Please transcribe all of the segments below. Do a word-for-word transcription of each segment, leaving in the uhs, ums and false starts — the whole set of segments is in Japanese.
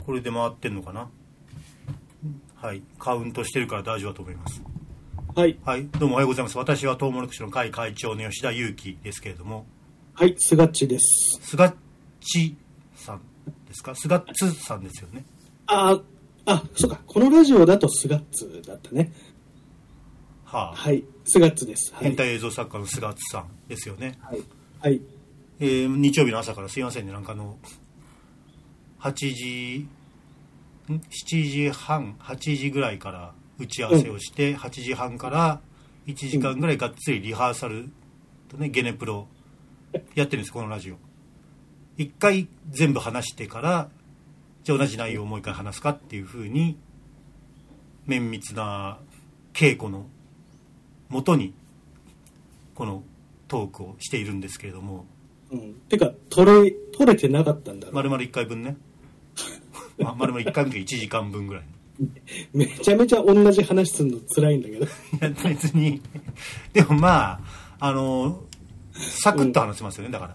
これで回ってんのかな。はい、カウントしてるから大丈夫だと思います。 はい、 はい、どうもおはようございます。私はトウモロコシの会会長の吉田裕樹ですけれども。 はい、すがっちです。 すがっちさんですか。すがっつさんですよね。 ああ、そうか、このラジオだとすがっつだったね。 はあ、 はい、すがっつです。はい、 変態映像作家のすがっつさんですよね。 はい、はい、 えー、日曜日の朝からすいませんね、なんかあのはちじんしちじはんはちじぐらいから打ち合わせをして、うん、はちじはんからいちじかんぐらいがっつりリハーサルとね、ゲネプロやってるんです。このラジオ一回全部話してから、じゃあ同じ内容をもう一回話すかっていう風に綿密な稽古のもとにこのトークをしているんですけれども、 うん、てか取れ取れてなかったんだろう。 丸々いっかいぶんねまあ、丸々いっかいぶんでいちじかんぶんぐらいめちゃめちゃ同じ話するの辛いんだけど。いや別にでもまああのサクッと話せますよね、うん、だから。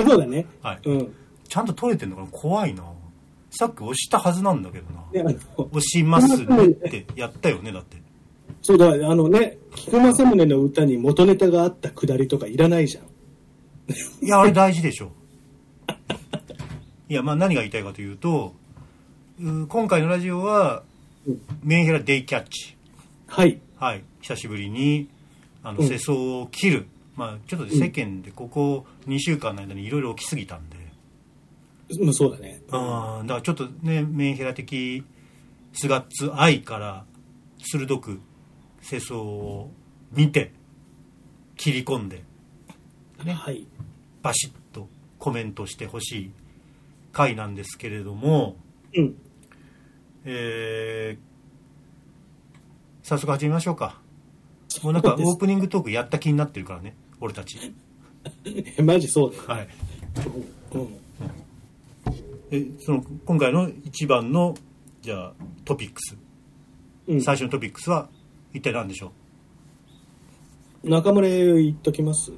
そうだね、 はい、 うん、 ちゃんと取れてんのかな。怖いな。さっき押したはずなんだけどな。押しますねってやったよね。だってそうだ、あのね、菊正宗の歌に元ネタがあったくだりとかいらないじゃん。 いやあれ大事でしょいやまあ何が言いたいかというと、今回のラジオは、うん、メンヘラデイキャッチ、 はいはい、久しぶりにあの、うん、世相を切る、まあ、ちょっと世間でここにしゅうかんの間にいろいろ起きすぎたんで、 うん、そうだね、 あだからちょっとねメンヘラ的スガッツ愛から鋭く世相を見て切り込んで、ね、 はい、 バシッとコメントしてほしい回なんですけれども、 うん、 えー、早速始めましょうか。もうなんかオープニングトークやった気になってるからね、俺たちマジそうだ、 はい、うんうん、えその今回の一番のじゃあトピックス、うん、最初のトピックスは一体何でしょう。中村言っときます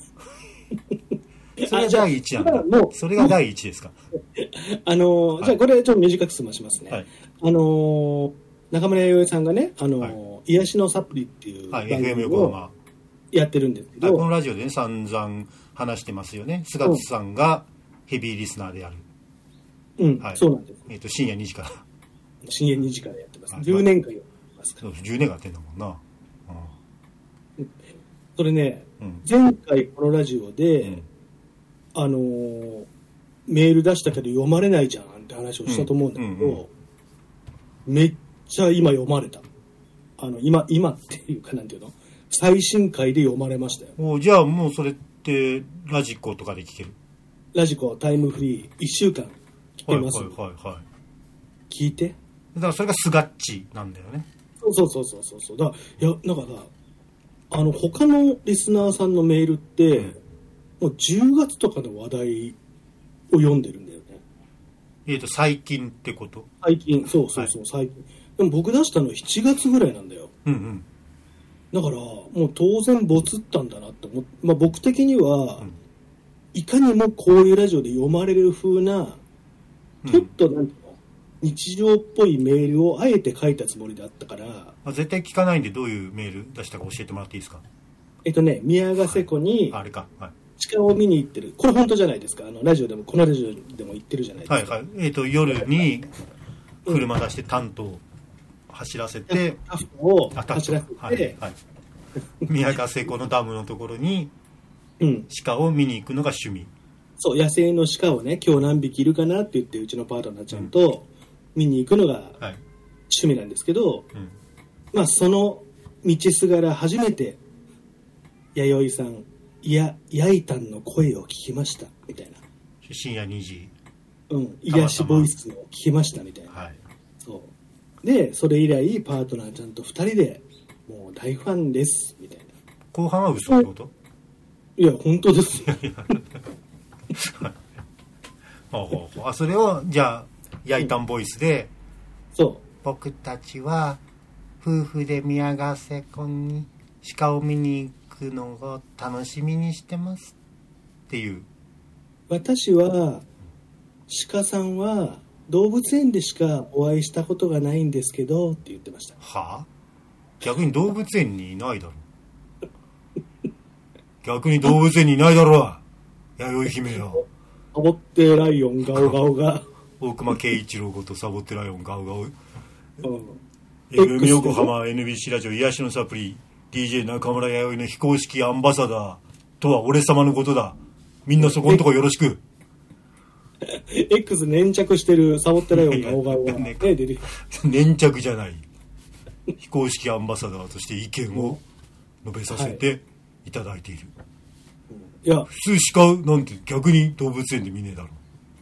それが第一なんだ。それが第一ですか。 あの、はい、じゃあこれちょっと短く済ましますね。はい、あの中村弥生さんがね、あの、はい、癒しのサプリっていう番組をやってるんですけど、はい、 このラジオでね散々話してますよね。菅津さんがヘビーリスナーである。 うん、はい、そうなんです。 えっ、ー、と深夜にじから深夜にじからやってます。じゅうねんかんやってますから。 じゅうねんかんやってんだもんな。 うん、それね、うん、前回このラジオで、うん、あのー、メール出したけど読まれないじゃんって話をしたと思うんだけど、うんうんうん、めっちゃ今読まれた。あの今今っていうかなんていうの、最新回で読まれましたよ。 おじゃあもうそれってラジコとかで聞ける？ ラジコタイムフリーいっしゅうかん聞けます。 はいはいはいはい。 聞いて。 だからそれがスガッチなんだよね。 そうそうそうそうそうそう。だいやなんかさ、あの他のリスナーさんのメールって、うん、もうじゅうがつとかの話題を読んでるんだよね。 えーと最近ってこと？ 最近、そうそうそう、はい、最近。でも僕出したのしちがつぐらいなんだよ。 うんうん。 だからもう当然ボツったんだなって思って、まあ僕的には、うん、いかにもこういうラジオで読まれる風な、ちょっとなんていうの、日常っぽいメールをあえて書いたつもりだったから。 あ、絶対聞かないんでどういうメール出したか教えてもらっていいですか？ えっとね、宮ヶ瀬湖に、 はい、あれか、はい、 鹿を見に行ってる。これ本当じゃないですか。あのラジオでもこのラジオでも言ってるじゃないですか。 はいはい。えっと夜に車出してタントを走らせて、 タフを走らせて、はいはい、 宮ヶ瀬湖のダムのところに鹿を見に行くのが趣味。 そう、野生の鹿をね、今日何匹いるかなって言ってうちのパートナーちゃんと見に行くのが趣味なんですけど、うんうん、まあその道すがら初めて弥生さん、いや、やいたんの声を聞きましたみたいな。 深夜にじ。 うん、癒しボイスを聞きましたみたいな。はい、そうで、それ以来パートナーちゃんとふたりでもう大ファンですみたいな。 後半は嘘ってこと？ いや本当ですよ。 ほうほうほう。あ、それをじゃあやいたんボイスで、 うん、そう、 僕たちは夫婦で宮ヶ瀬湖に鹿を見に行くのを楽しみにしてますっていう。 私は鹿さんは動物園でしかお会いしたことがないんですけどって言ってました。 はあ、逆に動物園にいないだろ逆に動物園にいないだろ弥生姫よ。 サボってライオンガオガオが大熊圭一郎ことサボってライオンガオガオ、うん、 エエフエム 横浜 エヌビーシー ラジオ癒しのサプリ ディージェー 中村弥生の非公式アンバサダーとは俺様のことだ。みんなそこんとこよろしく。 X 粘着してるサボってライオンガオガオが、ね、出て粘着じゃない、非公式アンバサダーとして意見を述べさせていただいている、はい、いや普通鹿なんて逆に動物園で見ねえだろ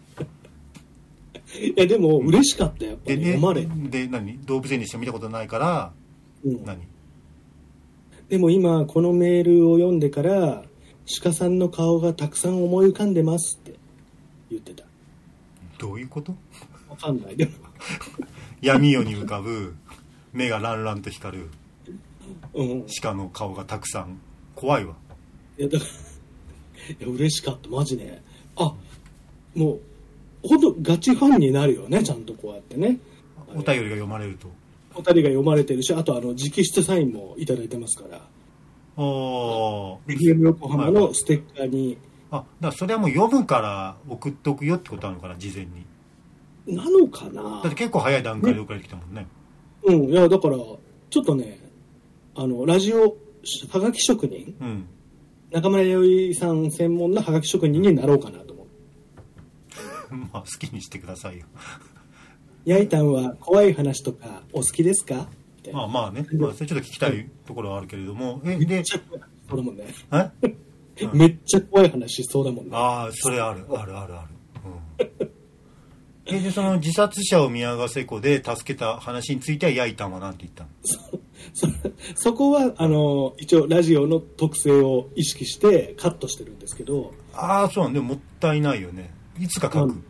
いやでも嬉しかったよ、やっぱり読まれで何動物園にしか見たことないから、うん、何でも今このメールを読んでから鹿さんの顔がたくさん思い浮かんでますって言ってた。 どういうこと？ わかんない。でも闇夜に浮かぶ目がランランと光る、 うん、 鹿の顔がたくさん。怖いわ。 いやだからいや嬉しかったマジで。あもうほんとガチファンになるよね、ちゃんとこうやってね。 お便りが読まれると。 お便りが読まれてるし、あとあの直筆サインもいただいてますから。 ああ。 エフエム 横浜のステッカーに。 あ、だからそれはもう読むから送っとくよってことなのかな、事前に。 なのかな。 だって結構早い段階で送られてきたもんね。 うん、いやだからちょっとね、あのラジオはがき職人、うん、中村弥生さん専門のはがき職人になろうかなと思う。 まあ好きにしてくださいよ。 やいたんは怖い話とかお好きですか？ まあまあね、まあ、それちょっと聞きたいところはあるけれども、えめっちゃ怖い話そうだもんね。 えうん、めっちゃ怖い話しそうだもんね。 ああ、それあるあるあるある。うん、えでその自殺者を宮ヶ瀬湖で助けた話についてはやいたんは何て言ったの？ そ, そ, そこはあの一応ラジオの特性を意識してカットしてるんですけど。 ああそうなんでももったいないよね。いつか書く。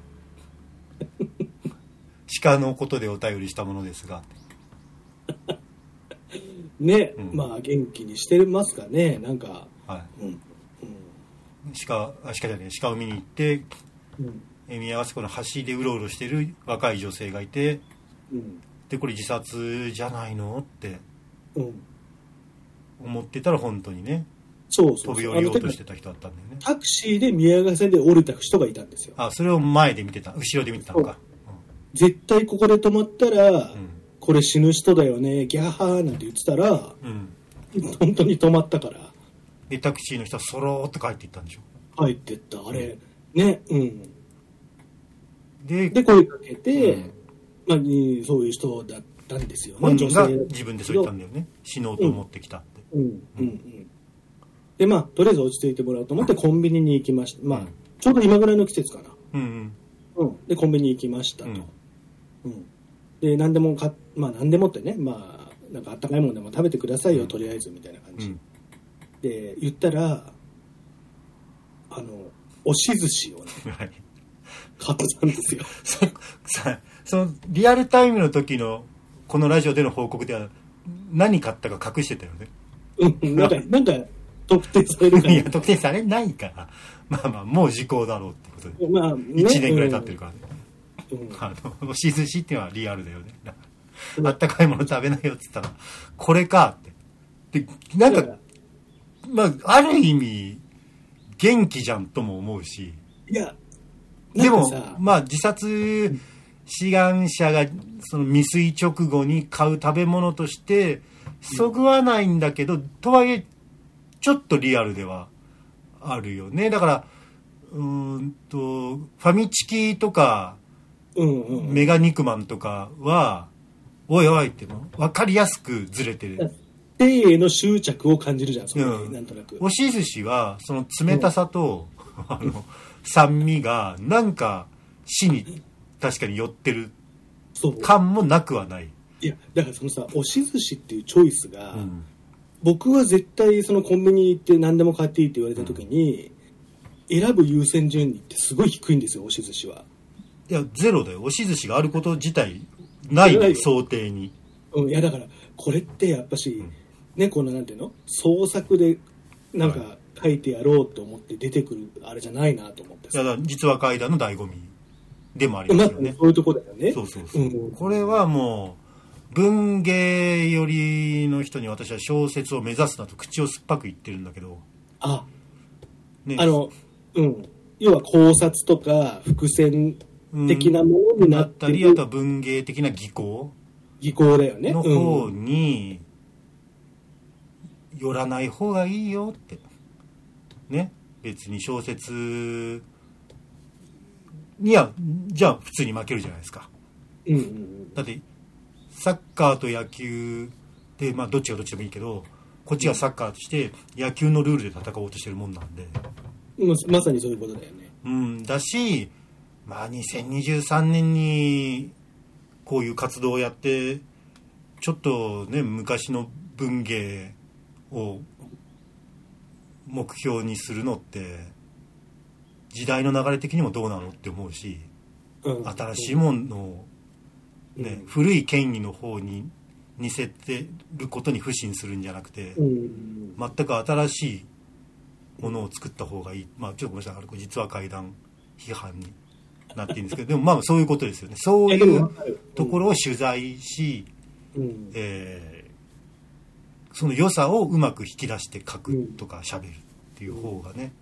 鹿のことでお便りしたものですが。 ね、うん、まあ元気にしてますかね、なんか。 はい。うんうん、鹿、鹿じゃねえ、鹿を見に行って、うん、宮ヶ瀬湖の橋でうろうろしてる若い女性がいて、うん、でこれ自殺じゃないのって思ってたら本当にね、 そうそうそう、 飛び降りようとしてた人だったんだよね。 タクシーで宮ヶ瀬で降りた人がいたんですよ。 あ、それを前で見てた、後ろで見てたのか。 うん、絶対ここで止まったら、うん、これ死ぬ人だよね、ギャーハーなんて言ってたら、うん、本当に止まったから。 でタクシーの人はそろーっと帰っていったんでしょ。 帰っていった、あれ、うん、ね、うん。 で、 で声かけて、うん、まあ、そういう人だったんですよね。 本人が自分でそう言ったんだよね。死のうと思ってきたって。 うん、うん、うん。で、まあ、とりあえず落ち着いてもらおうと思ってコンビニに行きました。まあ、ちょうど今ぐらいの季節かな。うんうん。うん。で、コンビニ行きましたと。うん。うん、で、何でもか、まあ、何でもってね、まあ、なんかあったかいものでも食べてくださいよ、うん、とりあえずみたいな感じ。うん、で、言ったら、あの、押し寿司をね、はい、買ったんですよ。 そ、さ、その、リアルタイムの時の、このラジオでの報告では、何買ったか隠してたよね。 うん、なんか、なんか、特定されるから。 いや、特定されないから。まあまあ、もう時効だろうってことで。まあ、ね、いちねんぐらい経ってるからね。うん、あの、押し寿司っていうのはリアルだよね。うん、あったかいもの食べないよって言ったら、これかって。で、なんか、まあ、ある意味、元気じゃんとも思うし。 いや、 でも、まあ、自殺志願者が、その未遂直後に買う食べ物として、そぐわないんだけど、うん、とはいえ、ちょっとリアルではあるよね。だから、うーんと、ファミチキとか、うんうん、メガ肉マンとかは、おいおいっての分かりやすくずれてる。 手への執着を感じるじゃん、それ、うん、なんとなく。 押し寿司は、その冷たさと、うん、あの、酸味が、なんか、死に確かに寄ってる感もなくはない。 いや、だからそのさ、押し寿司っていうチョイスが、うん、僕は絶対そのコンビニ行って何でも買っていいって言われた時に、うん、選ぶ優先順位ってすごい低いんですよ、押し寿司は。 いや、ゼロだよ。押し寿司があること自体ないの、想定に。 うん、いや、だから、これってやっぱし、うん、ね、このなんていうの創作でなんか書いてやろうと思って出てくるあれじゃないなと思ってさ。 だから実話怪談の醍醐味でもありますよね。 まあ、そういうとこだよね。 そうそうそう、うん、これはもう文芸寄りの人に私は小説を目指すなと口を酸っぱく言ってるんだけど、 あ、ね、あの、うん、要は考察とか伏線的なものになってる、うん、 ったり、あとは文芸的な技巧技巧だよねの方に寄らない方がいいよってね。別に小説にはじゃあ普通に負けるじゃないですか、 うんうんうん、 だってサッカーと野球で、まあどっちがどっちでもいいけど、こっちがサッカーとして野球のルールで戦おうとしてるもんなんで、 ま, まさにそういうことだよね。 うん、だし、まあにせんにじゅうさんねんにこういう活動をやってちょっとね昔の文芸を目標にするのって時代の流れ的にもどうなのって思うし、うん、新しいものを、ね、うん、古い権威の方に似せてることに不信するんじゃなくて、うん、全く新しいものを作った方がいい。まあちょっとごめんなさい、実は怪談批判になっているんですけどでもまあそういうことですよね。そういうところを取材し、うん、えー、その良さをうまく引き出して書くとか喋るっていう方がね、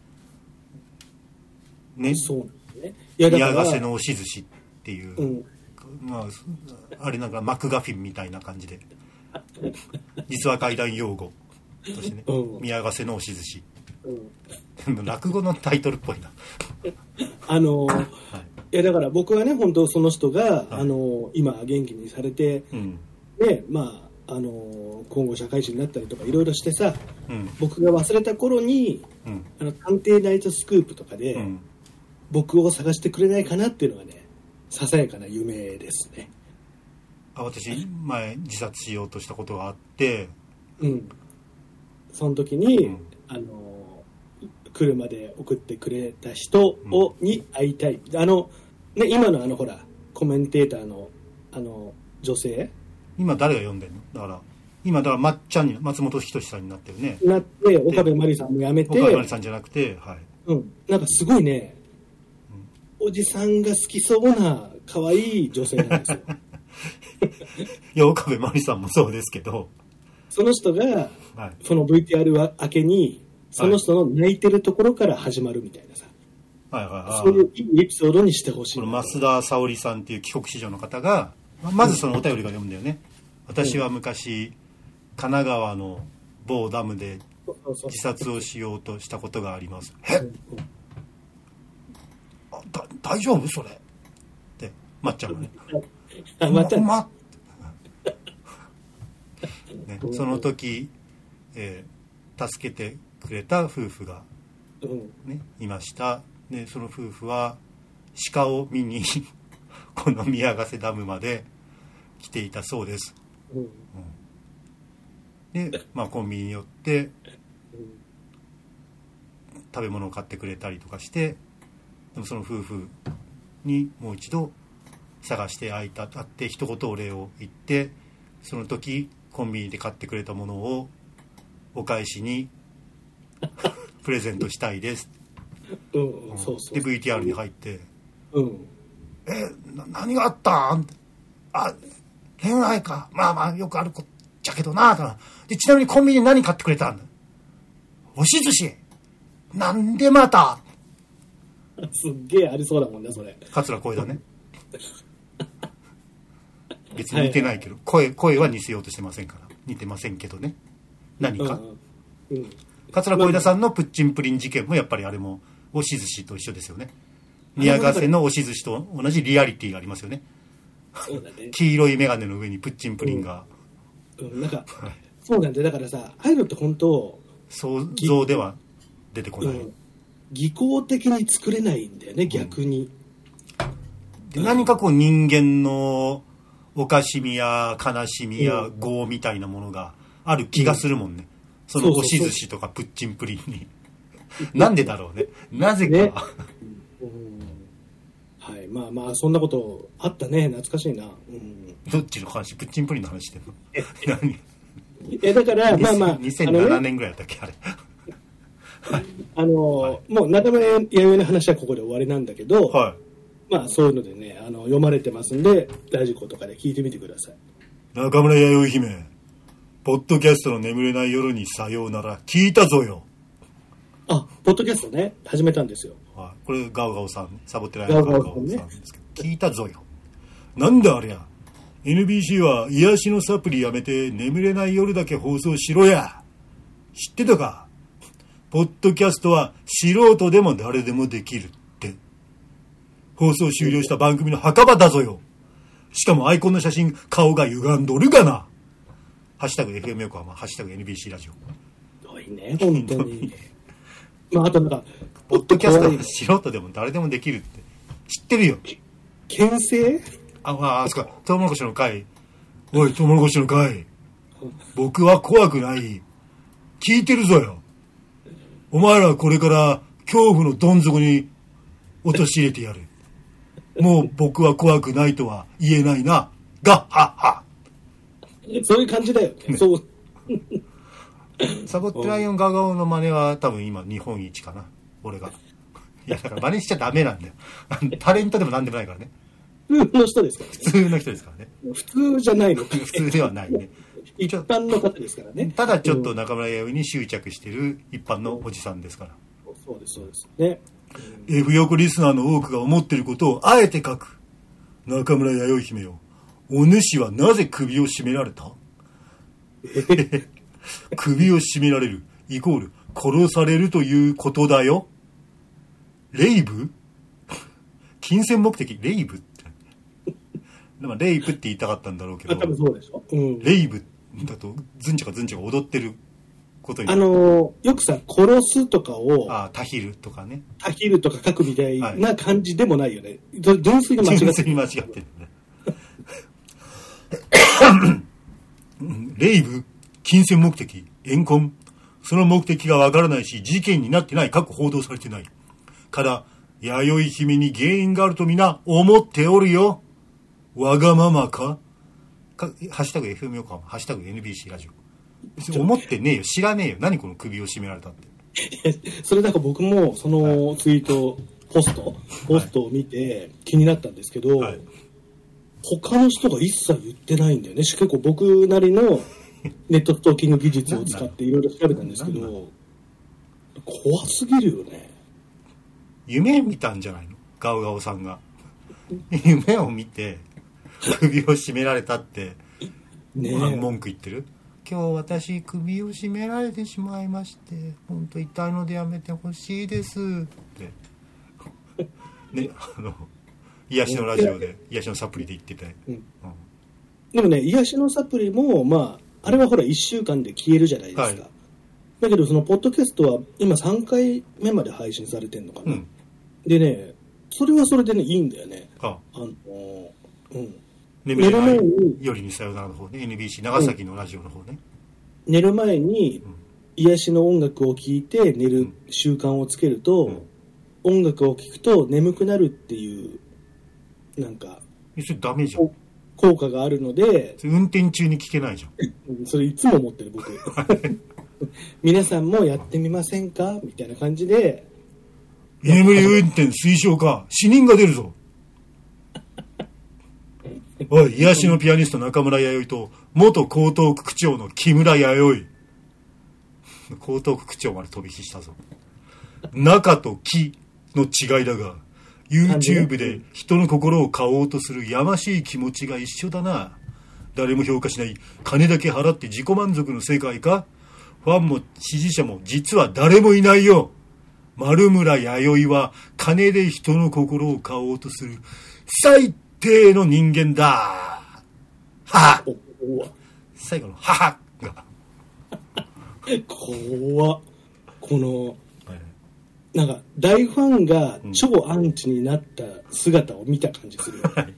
ね、 そうなんですね。 宮ヶ瀬の押し寿司っていう、うん、まああれなんかマクガフィンみたいな感じで実は怪談用語としてね、うん、宮ヶ瀬の押し寿司、うん、落語のタイトルっぽいなあのーはい、いやだから僕はね本当その人が、はい、あのー、今元気にされて、うん、ね、まああのー、今後社会人になったりとかいろいろしてさ、うん、僕が忘れた頃に、うん、あの探偵ナイトスクープとかで、うん、僕を探してくれないかなっていうのがねささやかな夢ですね。 あ、私前自殺しようとしたことがあって、 うん、その時に、うん、あの車で送ってくれた人を、うん、に会いたい。あのね、今のあのほらコメンテーターのあの女性、 今誰が読んでんの？だから今だからまっちゃんに松本人志さんになってるね。 なって岡部真理さんも辞めて、 岡部真理さんじゃなくて、はい。 うん、なんかすごいね、うん、おじさんが好きそうな可愛い女性なんですよ。 いや岡部真理さんもそうですけど、 その人が、はい、その ブイティーアール は明けにその人の泣いてるところから始まるみたいなさ、はいはいはい、そういういいエピソードにしてほしい。 この増田沙織さんっていう帰国子女の方がまずそのお便りが読むんだよね、うん、私は昔神奈川の某ダムで自殺をしようとしたことがあります。え、うん、あだ大丈夫それってまっちゃんがねあまた、 まね、その時、えー、助けてくれた夫婦が、ね、いました。でその夫婦は鹿を見にこの宮ヶ瀬ダムまで来ていたそうです、うんうん、で、まあ、コンビニに寄って食べ物を買ってくれたりとかして、でもその夫婦にもう一度探して会いた会って一言お礼を言って、その時コンビニで買ってくれたものをお返しにプレゼントしたいです、 うんうん、そうそうで ブイティーアール に入って、 うん、 えな何があったんあ恋愛か、まあまあよくあるこっちゃけどなで、ちなみにコンビニで何買ってくれたんだ、押し寿司、なんでまたすっげえありそうだもんねそれ。 桂声だね別に似てないけど、はい、声声は似せようとしてませんから似てませんけどね、何か、うんうん、桂小枝さんのプッチンプリン事件もやっぱりあれも押し寿司と一緒ですよね。宮ヶ瀬の押し寿司と同じリアリティがありますよね。 そうだね黄色い眼鏡の上にプッチンプリンが、 うんうん、なんかそうなんだよ。だからさ、ああいうのって本当想像では出てこない、うん、 技巧的に作れないんだよね逆に、 うん、で何かこう人間のおかしみや悲しみや業みたいなものがある気がするもんね、うん、その押し寿司とかプッチンプリンになんでだろうね、なぜか、ね、 うん、はい、まあまあそんなことあったね、懐かしいな、うん、 どっちの話、プッチンプリンの話してんの何えだからまあまあにせんななねんぐらいだったっけあれあの、はい、もう中村弥生の話はここで終わりなんだけど、 はい、 まあそういうのでね、あの読まれてますんで、ラジコとかで聞いてみてください。 中村弥生姫、ポッドキャストの眠れない夜にさようなら、聞いたぞよ。 あ、ポッドキャストね、始めたんですよ。 はい、これガオガオさん、サボってないガオガオさんですけど、聞いたぞよ。なんだありゃ。エヌビーシー は癒しのサプリやめて眠れない夜だけ放送しろや。知ってたか？ポッドキャストは素人でも誰でもできるって。放送終了した番組の墓場だぞよ。しかもアイコンの写真、顔が歪んどるがな。ハッシュタグ エフエム 横浜、ハッシュタグ エヌビーシー ラジオ。 ひどいね、本当に。まあ、あとなんか、 ポッドキャストは素人でも誰でもできるって知ってるよ。 牽制？ あ、あ、あそこ、トウモロコシの会。おい、トウモロコシの会。僕は怖くない。聞いてるぞよ。お前らはこれから恐怖のどん底に陥れてやる。もう僕は怖くないとは言えないな。が、はっは。 そういう感じだよね。ね、そう。 サボってライオンガガオの真似は多分今日本一かな。俺が。いや、だから真似しちゃダメなんだよ。タレントでもなんでもないからね。 普通の人ですからね。 普通の人ですからね。 普通じゃないのか。 普通ではないね。 一般の方ですからね。 ただちょっと中村弥生に執着してる一般のおじさんですから。 そうです、そうですね。 F 横リスナーの多くが思っていることをあえて書く。中村弥生姫よ。お主はなぜ首を絞められた？首を絞められるイコール殺されるということだよ。レイブ？金銭目的レイブって。でもレイプって言いたかったんだろうけど。 多分そうでしょ。うん、 レイブだとズンチャカズンチャカ踊ってることに。 あのー、よくさ殺すとかを。 ああ、タヒルとかね。 タヒルとか書くみたいな感じでもないよね。はい、純粋に間違ってる。 純粋に間違ってるね。レイブ、金銭目的、怨恨、その目的がわからないし、事件になってない、過去報道されてない。から、弥生姫に原因があると皆思っておるよ。わがままかか、ハッシュタグ エフエム 横浜、ハッシュタグ エヌビーシー ラジオ。別に思ってねえよ、知らねえよ。何この首を絞められたって。 それなんか僕もそのツイート、ポスト、ポストを見て気になったんですけど、はい、他の人が一切言ってないんだよね。結構僕なりのネットストーキング技術を使っていろいろ調べたんですけど、怖すぎるよね。 夢見たんじゃないの？ガオガオさんが。夢を見て、首を絞められたって、ね、文句言ってる？今日私首を絞められてしまいまして、本当痛いのでやめてほしいですってね、あの癒しのラジオで癒しのサプリで言ってて、うんうん、 でもね、癒しのサプリもまああれはほらいっしゅうかんで消えるじゃないですか、はい、だけどそのポッドキャストは今さんかいめまで配信されてるのかな、うん、でね、それはそれでねいいんだよね。ああのうん寝る前に夜にさよならの方ね、 エヌビーシー 長崎のラジオの方ね、 うん、寝る前に癒しの音楽を聴いて寝る習慣をつけると、うん、音楽を聴くと眠くなるっていうなんかそれダメじゃん、 効果があるので。 運転中に聴けないじゃんそれいつも思ってる僕皆さんもやってみませんかみたいな感じで。 居眠り運転推奨か、死人が出るぞおい、癒しのピアニスト中村弥生と元江東区区長の木村弥生。江東区区長まで飛び火したぞ。中と木の違いだが、YouTube で人の心を買おうとするやましい気持ちが一緒だな。誰も評価しない金だけ払って自己満足の世界か。ファンも支持者も実は誰もいないよ。丸村弥生は金で人の心を買おうとする最低の人間だ。はは最後のははが怖っ。この、はい、なんか大ファンが超アンチになった姿を見た感じするよ、はい、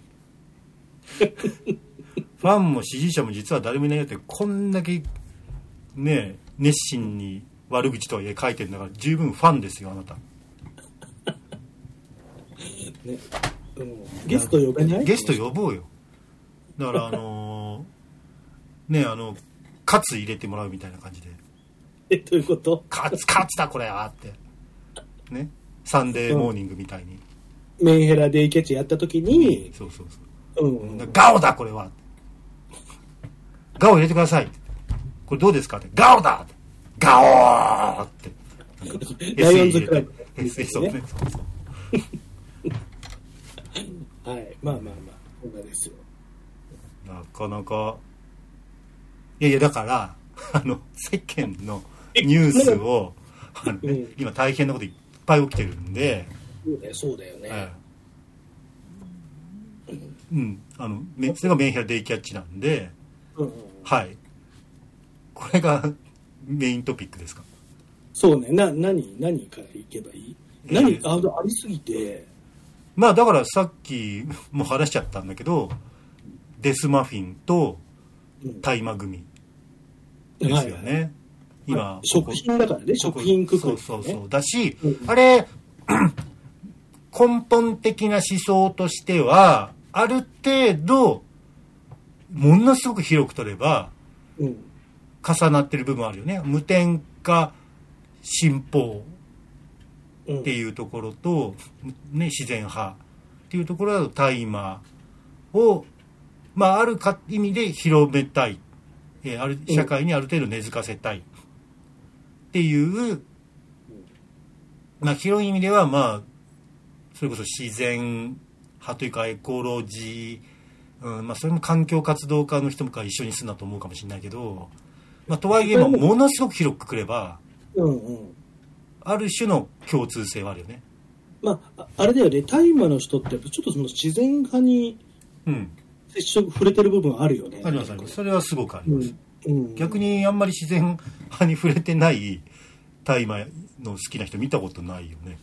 ファンも支持者も実は誰もいないよってこんだけね熱心に悪口とはいえ書いてるんだから十分ファンですよあなた、 ね、うん、ゲスト呼べない？ ゲスト呼ぼうよ。だからあのー、ねあのカツ入れてもらうみたいな感じで。 え、どういうこと？ カツカツだこれはってね、サンデーモーニングみたいに、 メンヘラデイキャッチやった時に、 そうそうそう、 うん、 ガオだこれは、ガオ入れてください、これどうですかって、ガオだガオーってライオンズクラブね、そうね、そうそうはい、まあまあまあこんなですよ。 なかなか、いやいやだからあの世間のニュースをあの、ね、うん、今大変なこといっぱい起きてるんで、 そうだよね、はい、 うん、あのそれがメンヘラデイキャッチなんで、うんうん、はい、これがメイントピックですか。 そうね、な何何からいけばいい、えー、何 あ, ありすぎて、 まあだからさっきも話しちゃったんだけど、デスマフィンと大麻組ですよね、はいはい、今食品だからね、食品くくり、ね、 そうそうそうだし、うん、あれ根本的な思想としてはある程度ものすごく広く取れば、うん、重なってる部分あるよね。無添加信奉っていうところと、ね、自然派っていうところだと大麻を、まあ、ある意味で広めたい、えー、ある社会にある程度根付かせたいっていう、まあ、広い意味では、まあ、それこそ自然派というかエコロジー、うん、まあ、それも環境活動家の人も一緒にするんだと思うかもしれないけど、まあ、とはいえもものすごく広くくくれば、うんうん、ある種の共通性はあるよね。 まあ、あれだよね、大麻の人ってやっぱちょっとその自然派に接触、触れてる部分あるよね。 ありますあります。それはすごくあります、うんうん、逆にあんまり自然派に触れてない大麻の好きな人見たことないよね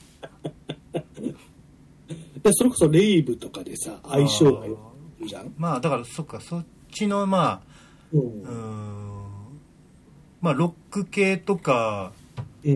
でそれこそレイブとかでさ相性がよいいじゃん。 まあだからそっか、そっちのまあ、うん、うーんまあロック系とか、うん、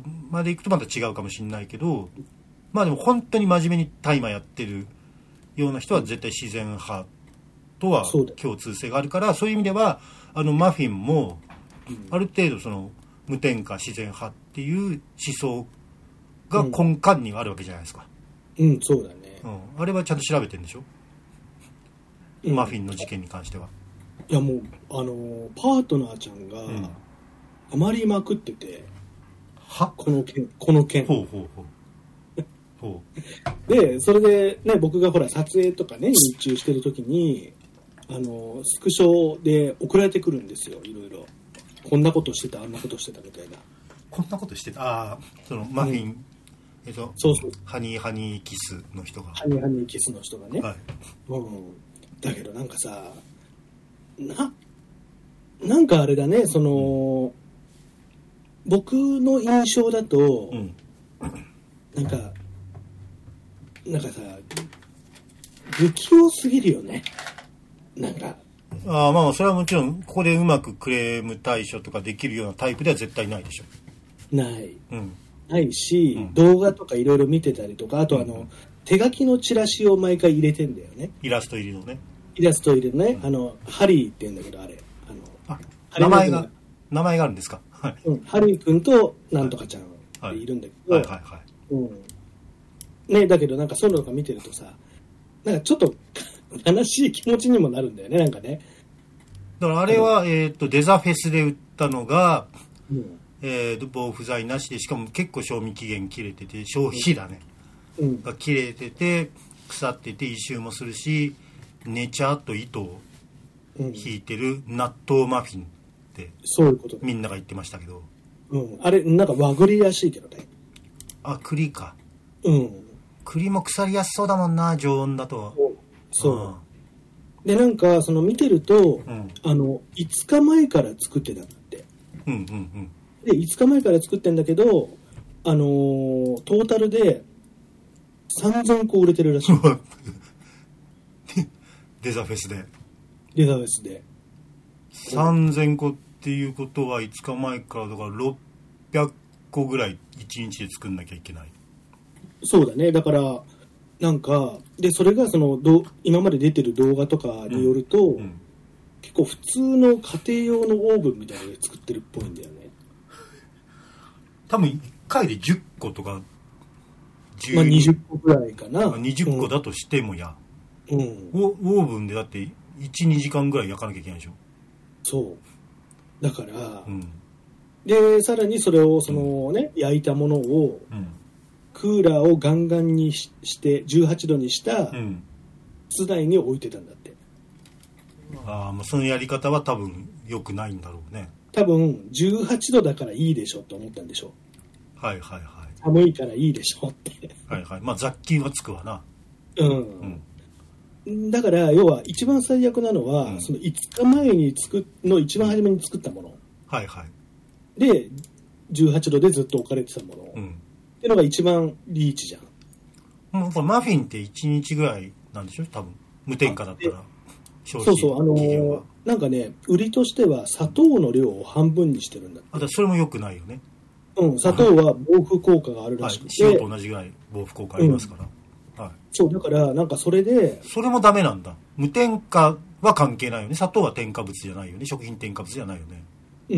までいくとまた違うかもしれないけど、まあでも本当に真面目に大麻やってるような人は絶対自然派とは共通性があるから、そういう意味ではあのマフィンもある程度その無添加自然派っていう思想が根幹にはあるわけじゃないですか。 うん、うん、そうだね、 うん、あれはちゃんと調べてるんでしょ、うん、マフィンの事件に関しては。 いやもうあのパートナーちゃんが余りまくってて、は、うん、この件この件ほうほうほうほうでそれでね、僕がほら撮影とかね日中してる時にあのスクショで送られてくるんですよ、いろいろ。こんなことしてたあんなことしてたみたいな。 こんなことしてた、ああそのマフィン、うん、えっとそうそうハニーハニーキスの人がハニーハニーキスの人がね、はい、うん、だけどなんかさななんかあれだね、その、うん、僕の印象だと、うん、なんかなんかさ不器用すぎるよね、なんか。 ああまあそれはもちろんここでうまくクレーム対処とかできるようなタイプでは絶対ないでしょ。 ない、うん、ないし、うん、動画とかいろいろ見てたりとか、あとあの、うん、手書きのチラシを毎回入れてんだよね。 イラスト入りのね。 イラスト入りのね、うん、あのハリーって言うんだけど、あれあのあ名前が名前があるんですか、はい、 うん、ハリー君となんとかちゃんっているんだけど、はいはいはいはい、うんね、だけどなんかそういうのとか見てるとさ、なんかちょっと悲しい気持ちにもなるんだよね、なんかね。 だからあれは、うん、えーとデザフェスで売ったのが、うんえー、防腐剤なしで、しかも結構賞味期限切れてて、消費だね、うん、が切れてて腐ってて異臭もするし、ねちゃっと糸を引いてる納豆マフィンってそういうことみんなが言ってましたけど、 うん、あれなんか和栗らしいけどね。 あ、栗か。 うん栗も腐りやすそうだもんな、常温だと。 そう、うん、でなんかその見てると、うん、あのいつかまえから作ってたんだって、うんうんうん、でいつかまえから作ってんだけど、あのー、トータルでさんぜんこ売れてるらしいデザフェスでデザフェスでさんぜんこっていうことはいつかまえからだからろっぴゃっこぐらいいちにちで作んなきゃいけない。 そうだね。だからなんかでそれがそのど今まで出てる動画とかによると、うんうん、結構普通の家庭用のオーブンみたいなので作ってるっぽいんだよね。 多分いっかいでじゅっことかまあ、にじゅっこぐらいかな。 にじゅっこだとしてもや、 うん、 オーブンでだっていち、にじかんぐらい焼かなきゃいけないでしょ。 そうだから、 うん、 でさらにそれをその、ね、うん、焼いたものを、うん、クーラーをガンガンに し, してじゅうはちどにした室内に置いてたんだって。 ああ、もうそのやり方は多分良くないんだろうね。 多分じゅうはちどだからいいでしょって思ったんでしょ。 はいはいはい。 寒いからいいでしょって。 はいはい。まあ雑菌はつくわな。 うん。うん、だから要は一番最悪なのは、うん、そのいつかまえに作の一番初めに作ったもの。 はいはい。 でじゅうはちどでずっと置かれてたもの。うん、っていうのが一番リーチじゃん。 もうこれマフィンっていちにちぐらいなんでしょ多分。無添加だったら。 そうそう、あのー、なんかね、売りとしては砂糖の量を半分にしてるんだって。 あ、だそれも良くないよね。 うん、砂糖は防腐効果があるらしくて、 はい、塩と同じぐらい防腐効果ありますから、うん、はい、 そうだからなんかそれでそれもダメなんだ。無添加は関係ないよね。砂糖は添加物じゃないよね。食品添加物じゃないよね。 うん、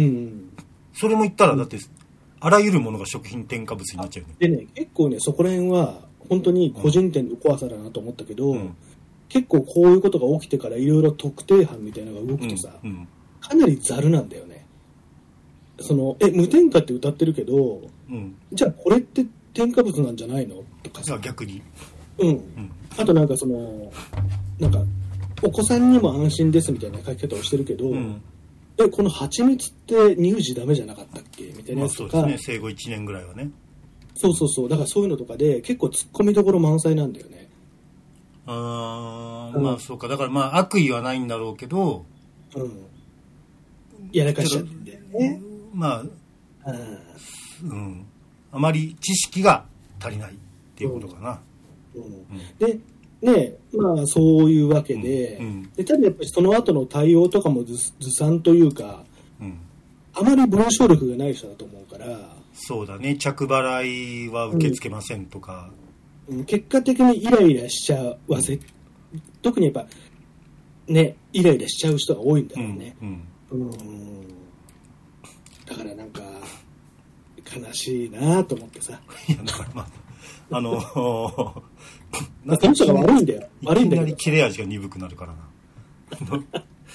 それも言ったらだって、うん、あらゆるものが食品添加物になっちゃうね。 でね、結構ねそこら辺は本当に個人店の怖さだなと思ったけど、うん、結構こういうことが起きてからいろいろ特定班みたいなのが動くとさ、うんうん、かなりざるなんだよね。そのえ無添加って歌ってるけど、うん、じゃあこれって添加物なんじゃないのとかさ、 逆に、 うん、うん、あとなんかそのなんかお子さんにも安心ですみたいな書き方をしてるけど、うん、えこの蜂蜜って乳児ダメじゃなかったっけみたいなやつとか、 まあ、そうですね、生後いちねんぐらいはね。 そうそうそう、だからそういうのとかで結構突っ込みどころ満載なんだよね。 あー、まあそうか、だからまあ悪意はないんだろうけど、 うん、やらかしちゃってね。 まあ、うん、あまり知識が足りないっていうことかな。 うんうん、でね、まあそういうわけで、うんうん、でただやっぱりその後の対応とかもずずさんというか、うん、あまり文章力がない人だと思うから。 そうだね、着払いは受け付けませんとか、 うん、結果的にイライラしちゃわせ、特にやっぱねイライラしちゃう人が多いんだろうね。うんうんうん、だからなんか悲しいなと思ってさ。 いやだからまああのー、 なんかその人が悪いんだよ。悪いんだけど。いきなり切れ味が鈍くなるからな。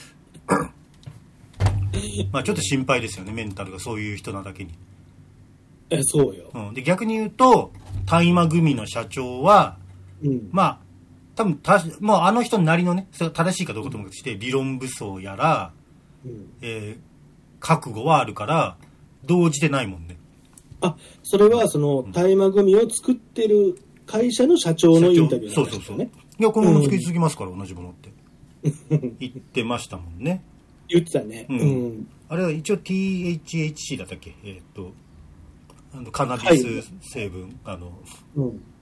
まあちょっと心配ですよね、メンタルがそういう人なだけに。 え、そうよ。 うん、で逆に言うと大麻組の社長は、うん、まあ多分たもうあの人なりのね、それが正しいかどうかともかくして理論武装やら、うんえー、覚悟はあるから動じてないもんね。 あ、それはその大麻組を作ってる会社の社長のインタビューなんですよね。 そうそうそう。いやこのまま作り続けますから、うん、同じものって言ってましたもんね。 言ってたね。うん。うん、 あれは一応 ティーエイチエイチシー だったっけ？えー、っとあのカナビス成分、はい、あの、うん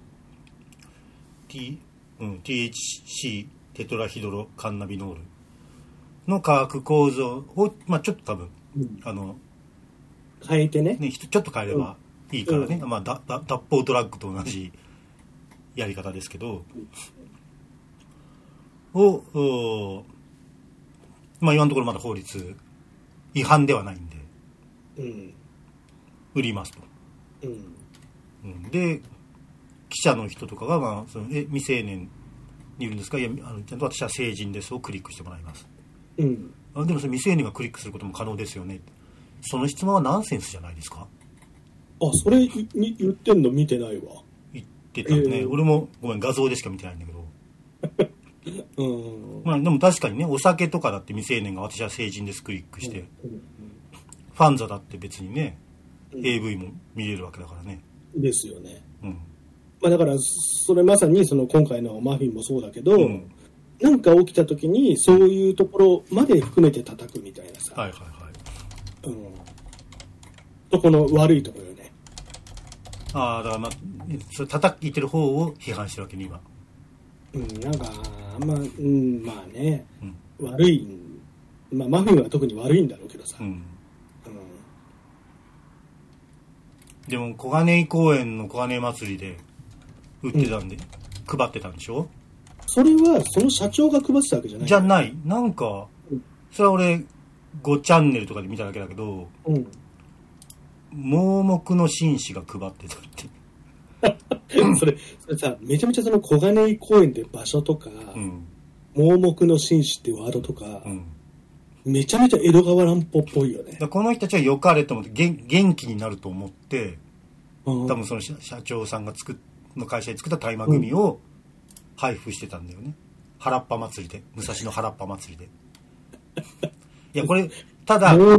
T うん、ティーエイチシー テトラヒドロカンナビノールの化学構造を、まあ、ちょっと多分、うん、あの変えて ね, ねちょっと変えればいいからね、うんまあ、だだ脱法ドラッグと同じやり方ですけど、うん、をお、まあ、今のところまだ法律違反ではないんで、うん、売りますと、うんうん、で記者の人とかが、まあ、そのえ未成年にいるんですか、いやあのちゃんと私は成人ですをクリックしてもらいます、うん、あでもそれ未成年がクリックすることも可能ですよね。その質問はナンセンスじゃないですか。 あ、それに言ってんの見てないわ。 言ってたね、えー、俺もごめん画像でしか見てないんだけどうんまあでも確かにね、お酒とかだって未成年が私は成人ですクリックして、うんうんうん、ファンザだって別にね、うん、エーブイ も見れるわけだからね。 ですよね、うんまあ、だからそれまさにその今回のマフィンもそうだけど、うん、なんか起きた時にそういうところまで含めて叩くみたいなさ、はいはいはい、うん、とこの悪いところよね。 ああ、だからまあそれ叩いてる方を批判してるわけに今、 うん、なんかまあ、うん、まあね、うん、悪い、まあマフィンは特に悪いんだろうけどさ、うんうん、でも小金井公園の小金井祭りで売ってたんで、うん、配ってたんでしょ。 それはその社長が配ってたわけじゃない？ じゃない。なんか、うん、それは俺ごチャンネルとかで見ただけだけど、うん、盲目の紳士が配ってたってそれ、それさ、めちゃめちゃその小金井公園って場所とか、うん、盲目の紳士ってワードとか、うん、めちゃめちゃ江戸川乱歩っぽいよね。 この人たちは良かれと思って元、元気になると思って、うん、多分その社長さんが作っの会社で作った大麻グミを配布してたんだよね。原っぱ祭りで、武蔵野原っぱ祭りで。いや、これ、ただ、うん、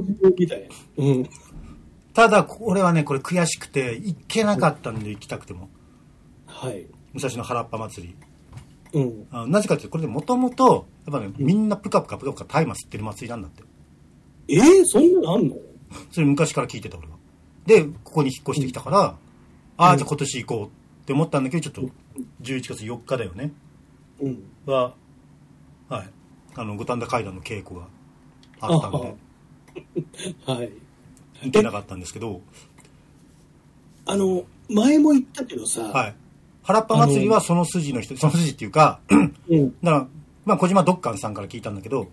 ただ、俺はね、これ悔しくて、行けなかったんで、行きたくても。 はい。 武蔵野原っぱ祭り。 うん。 あなぜかっていうと、これでもともと、やっぱね、みんなプカプカプカプカ大麻吸ってる祭りなんだって。 えー、そんなのあんの？ それ昔から聞いてた、俺は。で、ここに引っ越してきたから、うん、ああ、じゃあ今年行こうって思ったんだけど、ちょっと、じゅういちがつよっかだよね。 うん。 は、はい。あの、五反田階段の稽古があったんで。 はい。 行けなかったんですけど。 あの、前も言ったけどさ。 はい。原っぱ祭りはその筋の人、その筋っていうか、うん、だから、まあ、小島ドッカンさんから聞いたんだけど、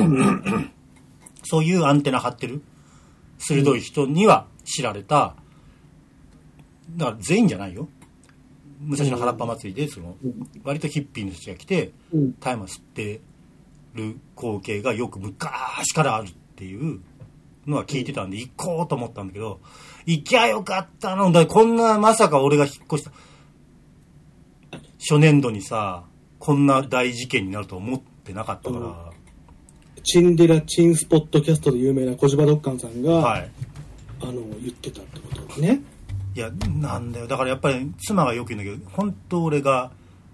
そういうアンテナ張ってる、鋭い人には知られた、だから全員じゃないよ。武蔵野原っぱ祭りで、その、割とヒッピーの人たちが来て、大麻吸ってる光景がよく昔からあるっていうのは聞いてたんで、行こうと思ったんだけど、行きゃよかったの。だこんな、まさか俺が引っ越した、初年度にさ、こんな大事件になると思ってなかったから。 チンデラチンスポットキャストで有名な小島ドッカンさんが、はい、あの、言ってたってことね。 いや、なんだよ。だからやっぱり妻がよく言うんだけど、本当俺が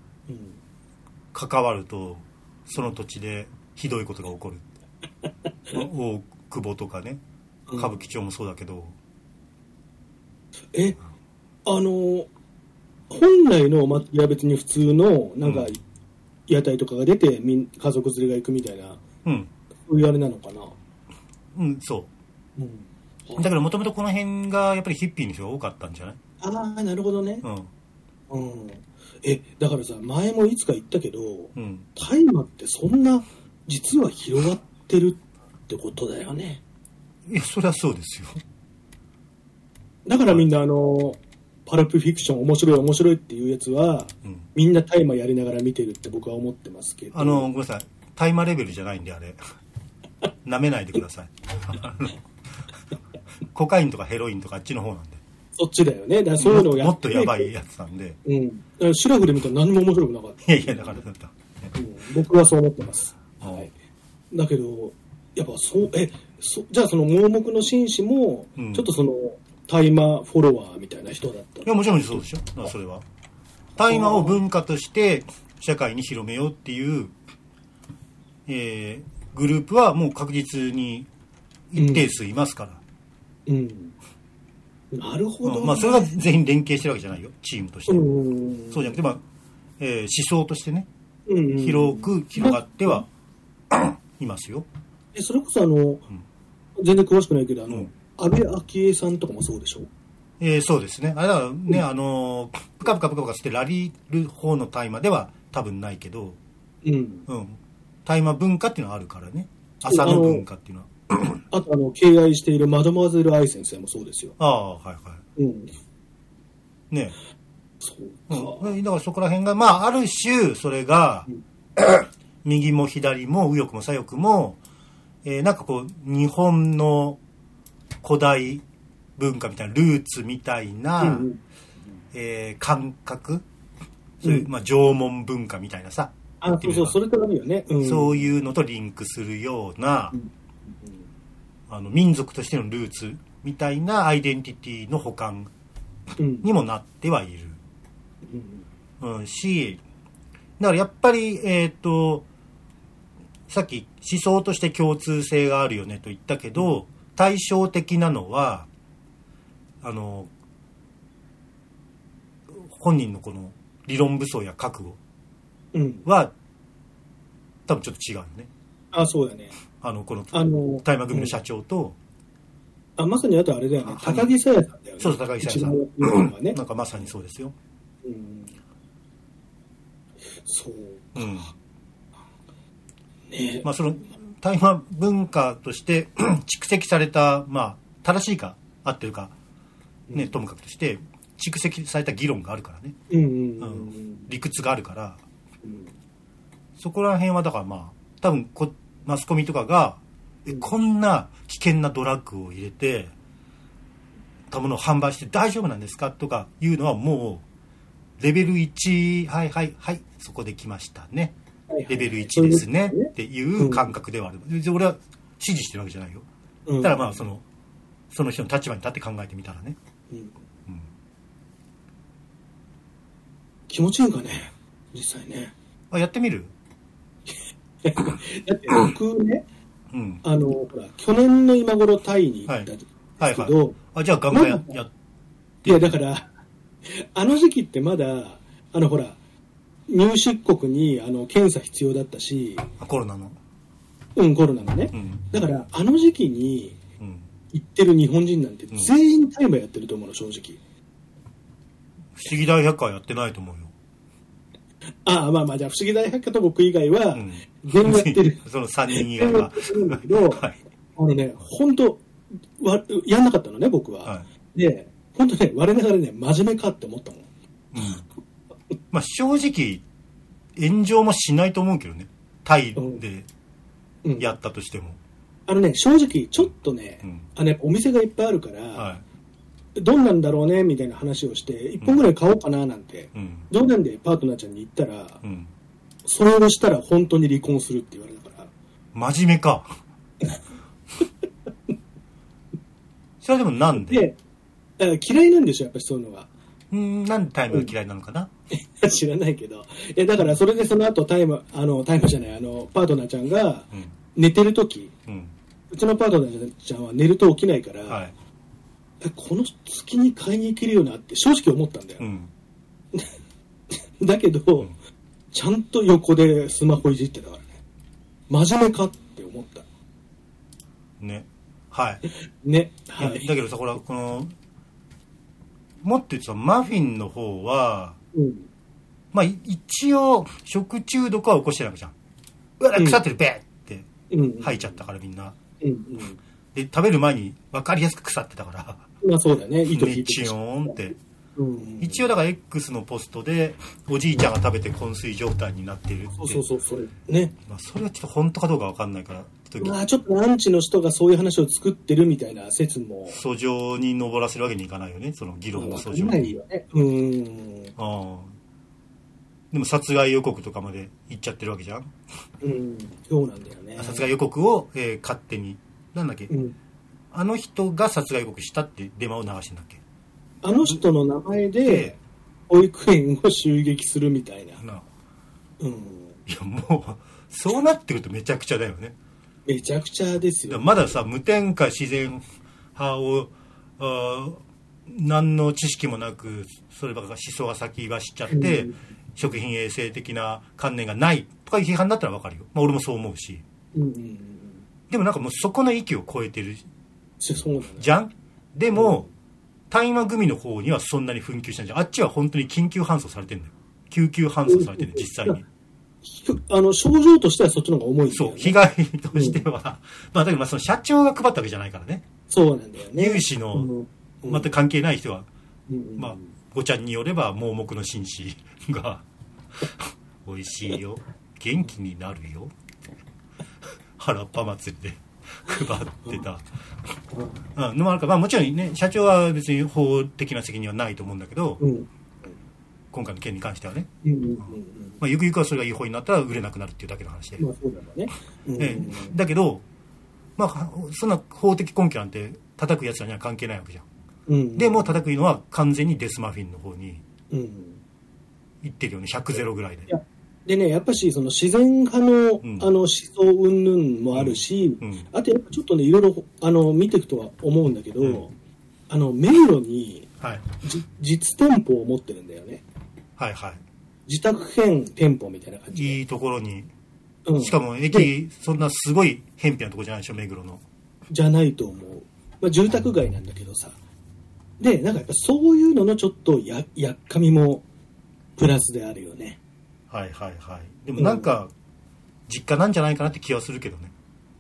関わると、その土地でひどいことが起こる。大久保とかね、歌舞伎町もそうだけど。 え、あの、本来のお祭りは別に普通の、なんか、屋台とかが出て、みん家族連れが行くみたいな、 うん、 そういうあれなのかな。 うん、そう。うんだからもともとこの辺がやっぱりヒッピーの人が多かったんじゃない？ ああ、なるほどね。 うん。 うん。え、だからさ、前もいつか言ったけど、 うん、 大麻ってそんな、実は広がってるってことだよね。 いや、そりゃそうですよ。 だからみんなあの、パルプフィクション面白い面白いっていうやつは、うん、みんな大麻やりながら見てるって僕は思ってますけど。 あの、ごめんなさい。大麻レベルじゃないんで、あれ。舐めないでください。コカインとかヘロインとかあっちの方なんで。 そっちだよね。だからそういうのをやってもっとやばいやつなんで。 うん。シラフで見たら何も面白くなかった。 いやいや、だからだった。 うん、僕はそう思ってます。はい。だけど、やっぱそう、え、そじゃあその盲目の紳士も、うん、ちょっとその、大麻フォロワーみたいな人だった。いや、もちろんそうでしょ。だからそれは。大麻を文化として社会に広めようっていう、えー、グループはもう確実に一定数いますから。 うん。うん、なるほど、ね。 まあ、それが全員連携してるわけじゃないよ、チームとして。うんそうじゃなくて、まあ、えー、思想としてね、うん、広く広がっては、いますよ。 え、それこそあの、うん、全然詳しくないけど、あの、うん、安倍昭恵さんとかもそうでしょ？ えー、そうですね。あれだからね、うん、あの、プカプカプカプカしてラリる方の大麻では多分ないけど、 うん。 うん。大麻文化っていうのはあるからね。朝の文化っていうのは。 あと、あの、敬愛しているマドモアゼル・アイ先生もそうですよ。 ああ、はいはい。 うん。 ねそうか。 うん。だからそこら辺が、まあ、ある種、それが、うん、右も左も右翼も左翼も、えー、なんかこう、日本の古代文化みたいな、ルーツみたいな、うんうん、えー、感覚、そういう、うん、まあ、縄文文化みたいなさ。 あ、そうそう、それとあるよね、 うん。そういうのとリンクするような、うんあの民族としてのルーツみたいなアイデンティティの補完にもなってはいる、うんうん、しだからやっぱりえっとさっき思想として共通性があるよねと言ったけど対照的なのはあの本人のこの理論武装や覚悟は、うん、多分ちょっと違うよね。 あ、そうだね。 あのこの大麻組の社長と、 うん、あまさにあとあれだよね、高木沙耶さんだよね。 そうそう、高木沙耶さん、ね、なんかまさにそうですよ。 うん、そうか、 うんね、 まあその大麻文化として蓄積されたまあ正しいか合ってるかね、ともかくとして蓄積された議論があるからね、 うんうんうんうん、理屈があるから、 うん、 そこら辺はだからまあ多分こマスコミとかが、うん、こんな危険なドラッグを入れてたものを販売して大丈夫なんですかとかいうのはもうレベルいち、はいはいはいそこで来ましたね、はいはい、レベルいちですねっていう感覚ではある、うん、俺は支持してるわけじゃないよ、うん、ただまあそのその人の立場に立って考えてみたらね、うんうん、 気持ちいいんかね実際ね。 あ、やってみるだって僕ね、うん、あのほら去年の今頃タイに行ったんですけど、はいはいはい、 あじゃあガンガンや、ま、やっていやだからあの時期ってまだあのほら入出国にあの検査必要だったし、 コロナのうんコロナのね、うん、だからあの時期に行ってる日本人なんて全員タイマーやってると思うの正直。 不思議大百科やってないと思うよ。 ああまあまあじゃあ不思議大百科と僕以外は全員やってる、 うん、そのさんにん以外はだけど、はい、あのね本当わやんなかったのね僕は、はい、で本当ね我ながらね真面目かって思ったもん、 うん、まあ正直炎上もしないと思うけどねタイでやったとしても、うんうん、 あのね正直ちょっとね、うん、あのやっぱお店がいっぱいあるから、はい、どんなんだろうねみたいな話をしていっぽんぐらい買おうかななんて、うん、冗談でパートナーちゃんに言ったら、うん、それをしたら本当に離婚するって言われたから真面目かそれでもなんでで嫌いなんでしょやっぱりそういうのが。 うんなんでタイムが嫌いなのかな、 うん、知らないけどいやだからそれでその後タイムあのタイムじゃないあのパートナーちゃんが寝てる時、うん、うちのパートナーちゃんは寝ると起きないから、はい、この月に買いに行けるよなって正直思ったんだよ、うん、だけど、うん、ちゃんと横でスマホいじってたからね真面目かって思ったねはいね、はい、 だけどさほらこのもっと言うとさマフィンの方は、うん、まあ一応食中毒は起こしてないわけじゃん。うわ腐ってるべって吐いちゃったからみんな、うんうん、で食べる前に分かりやすく腐ってたからまあそうだね糸引いてチヨーンって、うんうん、一応だから X のポストでおじいちゃんが食べて昏睡状態になってるってそうそうそうそれね、 まあ、それはちょっと本当かどうか分かんないからまあちょっとアンチの人がそういう話を作ってるみたいな説も訴状に上らせるわけにいかないよねその議論の訴状にないよねうんあでも殺害予告とかまで言っちゃってるわけじゃんうんそうなんだよね殺害予告を、えー、勝手になんだっけ、うん、あの人が殺害予告したってデマを流してんだっけあの人の名前で保育園を襲撃するみたいなな、 うん、いやもうそうなってくるとめちゃくちゃだよねめちゃくちゃですよ、ね、 まださ無添加自然派をあ何の知識もなくそればか思想が先走っちゃって、うん、食品衛生的な観念がないとかいう批判だったら分かるよ、まあ、俺もそう思うし、うんうん、でもなんかもうそこの域を超えてるそうなんだ、ね、 じゃんでも、うん、大麻組の方にはそんなに紛糾したんじゃんあっちは本当に緊急搬送されてるんだよ救急搬送されてるんだよ、うん、実際にあの症状としてはそっちの方が重い、ね、 そう被害としては、うん、まあだけどまあその社長が配ったわけじゃないからねそうなんだよね有志の全く関係ない人は、うん、まあごちゃんによれば盲目の紳士が美味しいよ元気になるよ原っぱ祭りで配ってたうんのもあるから、まあ、もちろんね社長は別に法的な責任はないと思うんだけど、うん今回の件に関してはね、うんうんうんまあ、ゆくゆくはそれが違法になったら売れなくなるっていうだけの話で、まあそうだねうんうんうん、だけど、まあ、そんな法的根拠なんて叩くやつらには関係ないわけじゃん、うんうん、でも叩くのは完全にデスマフィンの方にいってるよねひゃくゼロぐらいで。いやでねやっぱしその自然派の、うん、あの思想云々もあるし、うんうん、あとやっぱちょっとねいろいろあの見ていくとは思うんだけど、うん、あの迷路に、はい、実店舗を持ってるんだよねはいはい、 自宅兼店舗みたいな感じいいところに、うん、しかも駅そんなすごい偏僻なところじゃないでしょ目黒のじゃないと思う、まあ、住宅街なんだけどさでなんかやっぱそういうののちょっとややっかみもプラスであるよねはいはいはいでもなんか、うん、実家なんじゃないかなって気はするけどね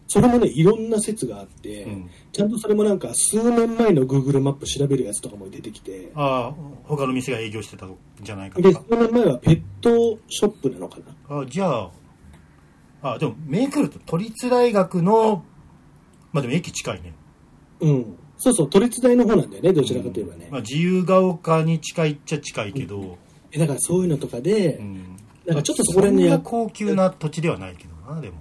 それもね、いろんな説があって、うん、ちゃんとそれもなんか数年前の Google マップ調べるやつとかも出てきて、 ああ、他の店が営業してたんじゃないかとか。 で、数年前はペットショップなのかな。 あ、じゃあ、あ、でもメークルと都立大学の、まあでも駅近いね。 うん。そうそう、都立大の方なんだよね、どちらかといえばね。 うん、まあ自由が丘に近いっちゃ近いけど。うん、 えだからそういうのとかで、うん、なんかちょっとそこら辺のや。そんな高級な土地ではないけどな、でも。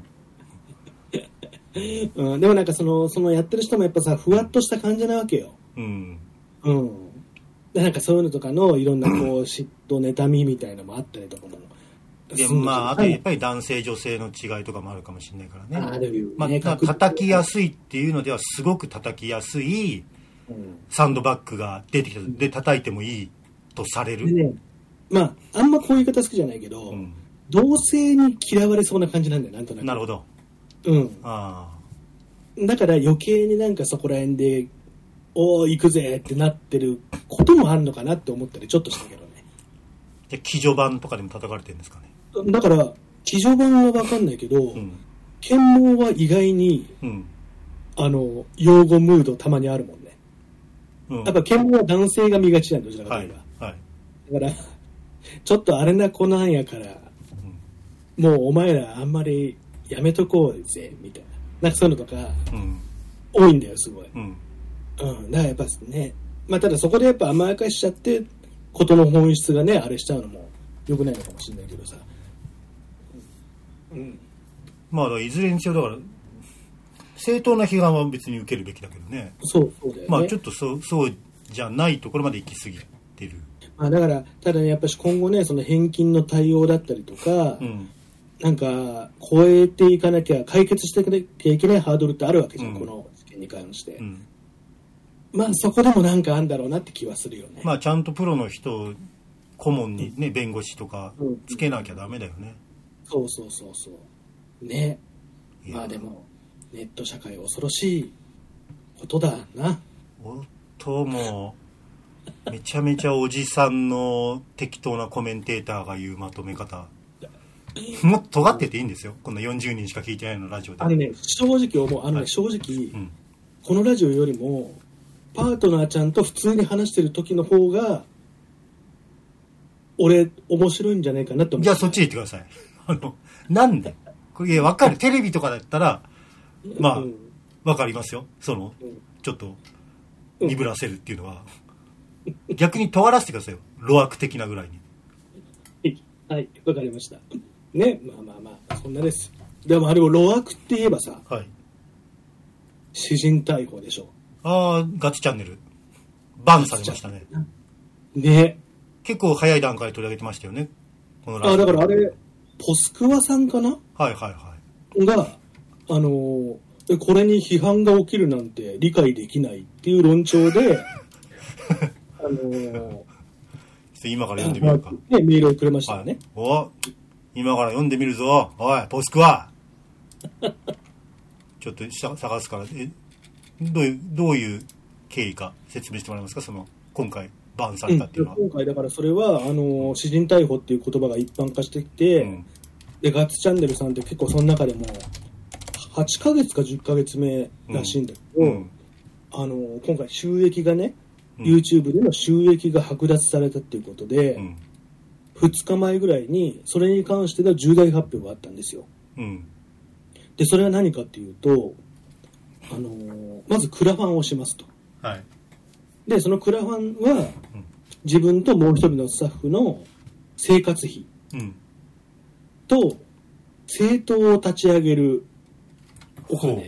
うん、でもなんかその、そのやってる人もやっぱさ、ふわっとした感じなわけよ。うん。うん。でなんかそういうのとかのいろんなこう、嫉妬、妬みみたいなのもあったりとかも。 でまあ、あとやっぱり男性女性の違いとかもあるかもしれないからね。あるよね。まあ、叩きやすいっていうのではすごく叩きやすいサンドバッグが出てきた。で、叩いてもいいとされる。ね、 まあ、あんまこういう言い方好きじゃないけど、うん、同性に嫌われそうな感じなんだよ、なんとなく。 なるほど。 うん。ああ。だから余計になんかそこら辺で、おー、行くぜってなってることもあるのかなって思ったりちょっとしたけどね。 じゃあ、騎乗版とかでも叩かれてるんですかね。 だから、騎乗版は分かんないけど、うん、剣網は意外に、うん、あの、擁護ムードたまにあるもんね。うん、やっぱ剣網は男性が見がちなんだ、どちらかといえば。はいはい、だから、ちょっとあれな子なんやから、うん、もうお前らあんまりやめとこうぜ、みたいな。なんかそういうのとか、うん、多いんだよ、すごい。うん。うん、だからやっぱね、まあただそこでやっぱ甘やかしちゃって、ことの本質がね、あれしちゃうのも良くないのかもしれないけどさ。 うん、まあいずれにせよだから正当な批判は別に受けるべきだけどね。 そうそうだよね。 まあちょっとそうそうじゃないところまで行き過ぎてる。 まあだからただねやっぱし今後ねその返金の対応だったりとか、うん、なんか超えていかなきゃ解決していかなきゃいけないハードルってあるわけじゃん、うん、この事件に関して。うん、まあそこでもなんかあるんだろうなって気はするよね。 まあちゃんとプロの人顧問にね、うん、弁護士とかつけなきゃダメだよね。 そうそうそうそうね。まあでもネット社会恐ろしいことだな。 おっともうめちゃめちゃおじさんの適当なコメンテーターが言うまとめ方もっと尖ってていいんですよ。こんなよんじゅうにんしか聞いてないのラジオで。 あのね正直思うあのね、はい、正直、うん、このラジオよりもパートナーちゃんと普通に話してる時の方が俺面白いんじゃないかなと思う。 じゃあそっち行ってください。あのなんでこれ分かるテレビとかだったらまあ、うん、分かりますよ。その、うん、ちょっと鈍らせるっていうのは、うん、逆に尖らせてくださいよ。路悪的なぐらいに。はい分かりましたね。まあまあまあそんなです。でもあれを路悪って言えばさ、はい、私人逮捕でしょ。 ああガチチャンネルバンされましたね。 ね結構早い段階で取り上げてましたよね。 このラジオ。あだからあれポスクワさんかな。 はいはいはい。 があのー、これに批判が起きるなんて理解できないっていう論調であのー、 今から読んでみようか。 ねメールをくれましたよね。 はい、お今から読んでみるぞ。おいポスクワちょっと探すからえどういうどういう経緯か説明してもらえますか。その今回バンされたっていうのは、 うん、今回だからそれはあの私人逮捕っていう言葉が一般化してきて、うん、でガッツチャンネルさんって結構その中でもはちかげつかじゅっかげつめらしいんだけど、うんうん、あの今回収益がね、うん、YouTube での収益が剥奪されたっていうことで、うん、ふつかまえぐらいにそれに関しての重大発表があったんですよ、うん、でそれは何かっていうとあのまずクラファンをしますと、はい、でそのクラファンは自分ともう一人のスタッフの生活費と政党を立ち上げるお金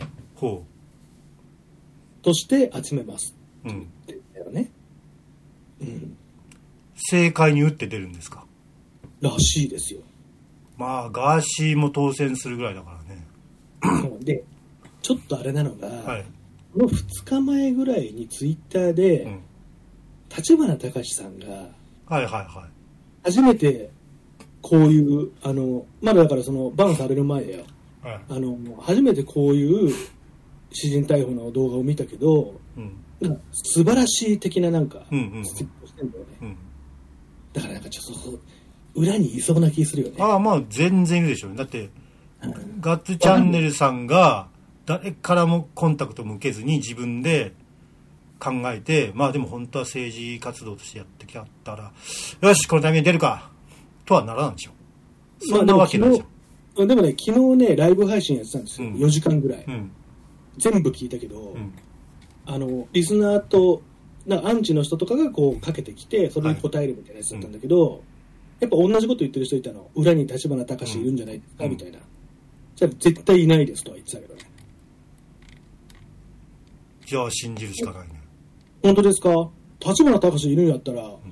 として集めますって言ってんだよね、 うんうん、政界に打って出るんですか。 らしいですよ。 まあガーシーも当選するぐらいだからねでちょっとあれなのが、はい、このふつかまえぐらいにツイッターで、うん、立花隆さんがはいはいはい初めてこういうあのまだだからそのバンされる前よ、はい、あの初めてこういう私人逮捕の動画を見たけど、うん、なんか素晴らしい的ななんかステップしてんだよね、うんうん、だからなんかちょっと裏にいそうな気するよね。 ああまあ全然いるでしょうね。だって、うん、ガッツチャンネルさんが誰からもコンタクトも受けずに自分で考えて、まあでも本当は政治活動としてやってきたら、よしこのタイミングで出るかとはならないでしょ。そんなわけないじゃん。でもね、昨日ねライブ配信やってたんですよ、うん、よじかんぐらい、うん、全部聞いたけど、うん、あのリスナーとなんかアンチの人とかがこうかけてきてそれに答えるみたいなやつだったんだけど、はい、やっぱ同じこと言ってる人いたの。裏に立花隆いるんじゃないですか、うん、みたいな。じゃあ絶対いないですとは言ってたけどね。 じゃあ信じるしかないね。 本当ですか。立花隆いるんやったら、うん、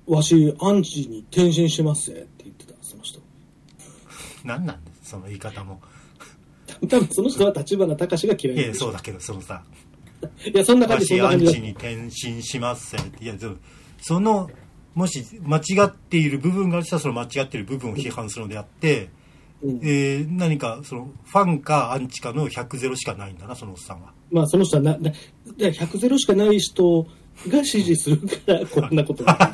わしアンチに転身しますぜって言ってたその人。 何なんですその言い方も。 多分その人は立花隆が嫌いなんでしょ。 いやそうだけどそのさいやそんな感じ。 わしアンチに転身しますぜって。いやそのもし間違っている部分がある人はその間違っている部分を批判するのであって、うん、えー、何かそのファンかアンチかのひゃくゼロしかないんだなそのおっさんは。 まあその人はななひゃくゼロしかない人が支持するからこんなことが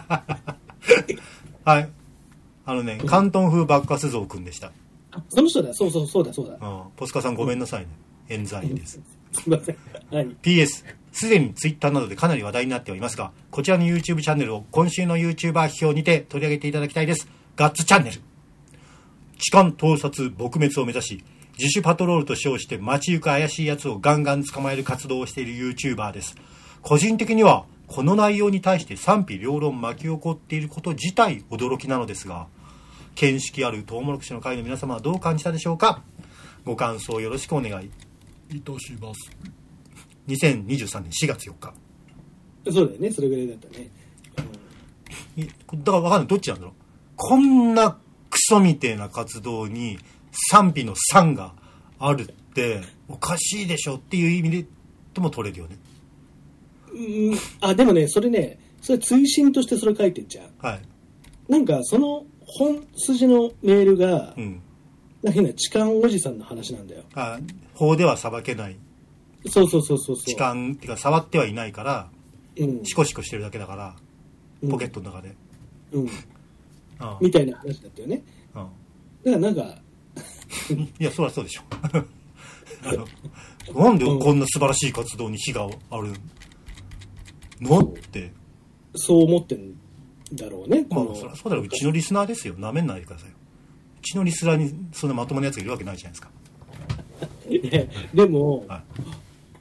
はいあのね広東風爆破像くんでした。 あその人だ。そうそうそうだそうだ、 うん、ポスカさんごめんなさいね、冤罪です、 すみません、はい、 ピーエス すでにツイッターなどでかなり話題になっておりますが、こちらの YouTube チャンネルを今週の YouTuber 批評にて取り上げていただきたいです。ガッツチャンネル。痴漢盗撮撲滅を目指し自主パトロールと称して街行く怪しい奴をガンガン捕まえる活動をしている YouTuber です。個人的にはこの内容に対して賛否両論巻き起こっていること自体驚きなのですが、見識あるトウモロコシの会の皆様はどう感じたでしょうか。ご感想よろしくお願いいたします。にせんにじゅうさんねんしがつよっか。 そうだよね、それぐらいだったね、 うん、だから分かんない、どっちなんだろう。こんなクソみてえな活動に賛否の賛があるっておかしいでしょっていう意味でとも取れるよね。 うん、あでもねそれねそれ追伸としてそれ書いてんじゃん。 はい。 なんかその本筋のメールが、うん、なんか変な痴漢おじさんの話なんだよ。 あ法では裁けない。 そうそうそうそうそう。 痴漢っていうか触ってはいないから、うん、シコシコしてるだけだからポケットの中で、うん、うん、 ああみたいな話だったよね。ああだからなんかいやそりゃそうでしょあのなんでこんな素晴らしい活動に火があるのってそう思ってんだろうね。 まあそりゃそうだろう。うちのリスナーですよ。なめんないでくださいよ。うちのリスナーにそんなまともなやつがいるわけないじゃないですか。 いやでも、はい、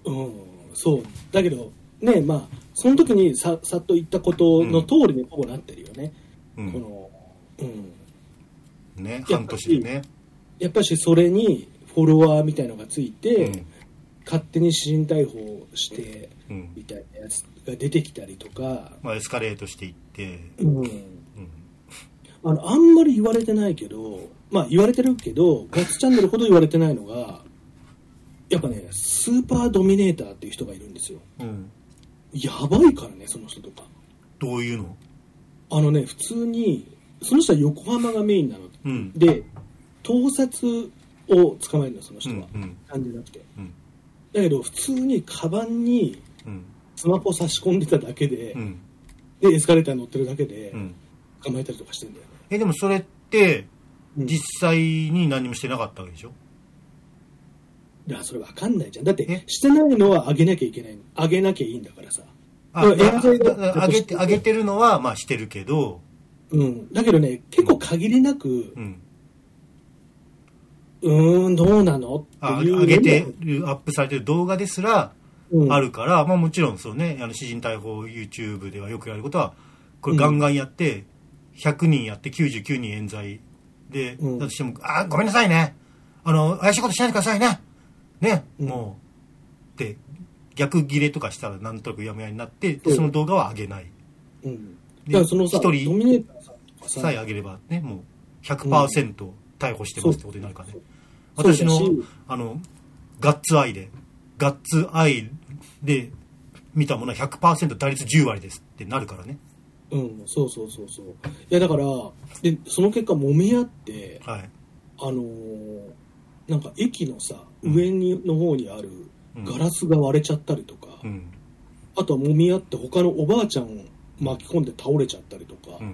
うん、そうだけどね、まあその時にささっと言ったことの通りにほぼなってるよね、うん、この、 うん、ね半年でねやっぱりそれにフォロワーみたいのがついて、うん、勝手に私人逮捕してみたいなやつが出てきたりとか、 まあ、エスカレートしていって、 うんうん、あのあんまり言われてないけど、まあ言われてるけどガッツチャンネルほど言われてないのがやっぱねスーパードミネーターっていう人がいるんですよ、うん、やばいからねその人とか。 どういうの？ あのね普通にその人は横浜がメインなの、うん、で盗撮を捕まえるのその人は、うんうん、感じなくて、うん、だけど普通にカバンにスマホ差し込んでただけで、うん、でエスカレーター乗ってるだけで捕まえたりとかしてんだよね。 えでもそれって実際に何もしてなかったわけでしょ？ いやそれ分かんないじゃん。だってしてないのは上げなきゃいけない、上げなきゃいいんだからさ。 あ上げて上げてるのはまあしてるけど、 うん、だけどね結構限りなく、うんうーんどうなのっていう、 上げてるアップされてる動画ですらあるから、うん、まあもちろんそうね、あの私人逮捕 YouTube ではよくやることはこれガンガンやって、うん、ひゃくにんやってきゅうじゅうきゅうにん冤罪で、うん、だとしてもあごめんなさいね、あの怪しいことしないでくださいねね、うん、もうで逆ギレとかしたらなんとなくうやむやになってその動画は上げない、うん、でだからそのさ一人さえ上げればねもう ひゃくパーセント 逮捕してますってことになるからね、うん、私のあのガッツアイでガッツアイで見たものは ひゃくパーセント 打率じゅうわりですってなるからね。 うんそうそうそうそう。いやだからでその結果揉み合って、はい、あのー、なんか駅のさ、うん、上にの方にあるガラスが割れちゃったりとか、うん、あとは揉み合って他のおばあちゃんを巻き込んで倒れちゃったりとか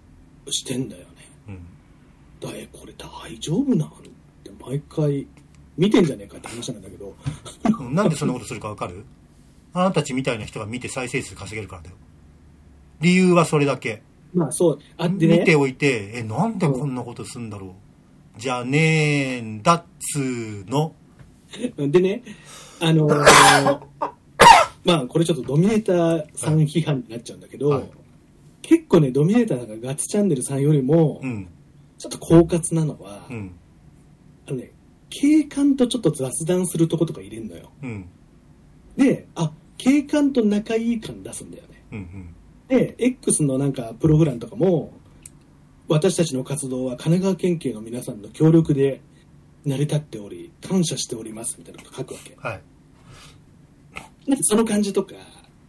してんだよね、うん、だえこれ大丈夫なんって毎回見てんじゃねえかって話なんだけどなんでそんなことするか分かる？あなたたちみたいな人が見て再生数稼げるからだよ。理由はそれだけ。 まあそうあってね、 見ておいて、えなんでこんなことすんだろう、うん、じゃねえんだっつーの。 でね、あのー、まあこれちょっとドミネーターさん批判になっちゃうんだけど、はい、結構ねドミネーターさんがガッツチャンネルさんよりも、うん、ちょっと狡猾なのは、うん、あのね警官とちょっと雑談するとことか入れるのよ、うん、で、あ、警官と仲いい感出すんだよね、うんうん、で X のなんかプログラムとかも、私たちの活動は神奈川県警の皆さんの協力で成り立っており感謝しておりますみたいなこと書くわけ、はい、なんかその感じとか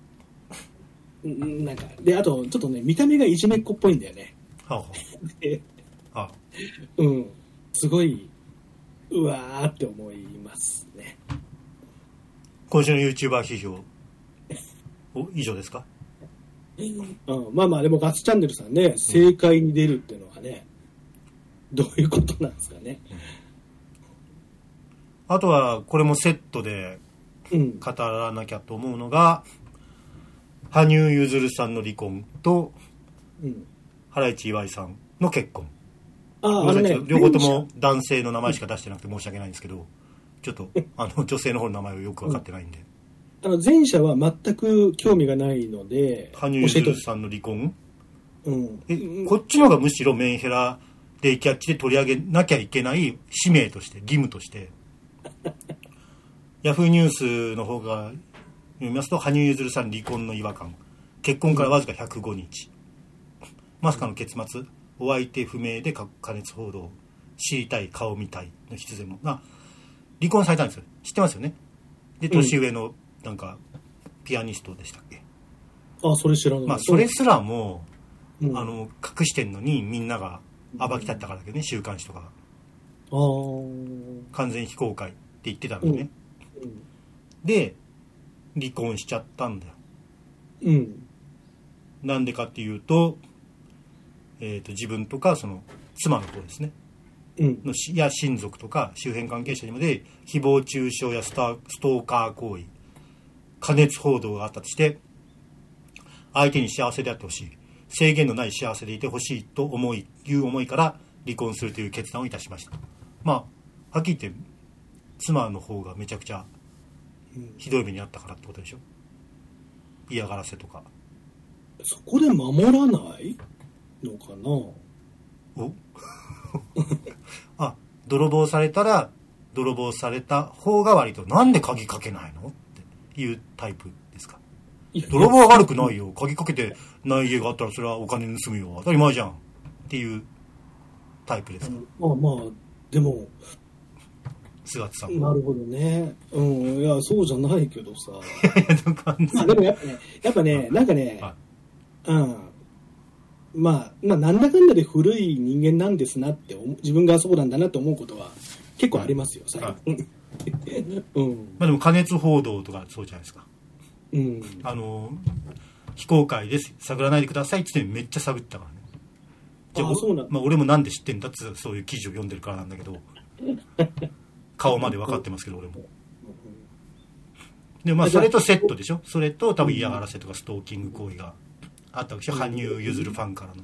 なんかで、あとちょっとね見た目がいじめっ子っぽいんだよね、はあではあ、うんすごいうわーって思いますね。 今週の YouTuber 批評お以上ですか？ うん、まあまあでもガツチャンネルさんね正解に出るっていうのはね、うん、どういうことなんですかね、 うん、あとはこれもセットで語らなきゃと思うのが、うん、羽生結弦さんの離婚と、うん、ハライチ岩井さんの結婚。ああのね、両方とも男性の名前しか出してなくて申し訳ないんですけど、ちょっとあの女性の方の名前をよく分かってないんで、 うん、あの前者は全く興味がないので、 羽生結弦さんの離婚、うん、えこっちの方がむしろメンヘラでキャッチで取り上げなきゃいけない使命として義務としてヤフーニュースの方が読みますと、羽生結弦さん離婚の違和感、結婚からわずかひゃくごにち、うん、まさかの結末、お相手不明で過熱報道、知りたい顔見たいの必然も、まあ、離婚されたんですよ。知ってますよね。で年上のなんかピアニストでしたっけ、 うん、あそれ知らない。 まあそれすらも、うん、あの隠してんのにみんなが暴き立ったからだけどね、週刊誌とかが、あ完全非公開って言ってたんだよね、うんうん、で離婚しちゃったんだよ、うん、なんでかっていうとえー、と自分とかその妻の方ですね、うん、のや親族とか周辺関係者にまで誹謗中傷やスターストーカー行為、過熱報道があったとして、相手に幸せであってほしい、制限のない幸せでいてほしいと思いいう思いから離婚するという決断をいたしました。まあはっきり言って妻の方がめちゃくちゃひどい目にあったからってことでしょ。嫌がらせとか。 そこで守らないのかな。 おあ、泥棒されたら泥棒された方が割となんで鍵かけないのっていうタイプですか。泥棒は悪くないよ、鍵かけてない家があったらそれはお金盗むよ、当たり前じゃんっていうタイプですか。 まあまあでも菅津さんなるほどね、うん、いやそうじゃないけどさまあでもやっぱねやっぱねなんかね、うんまあ、まあなんだかんだで古い人間なんですなって自分がそうなんだなと思うことは結構ありますよ、最近、 うん、まあでも過熱報道とかそうじゃないですか、うん、あの非公開です探らないでくださいってめっちゃ探ったからね。じゃあ、あそうなん、まあ、俺もなんで知ってんだってそういう記事を読んでるからなんだけど顔まで分かってますけど俺もで、まあ、それとセットでしょ。それと多分嫌がらせとかストーキング行為があったわけでしょ、羽生結弦ファンからの、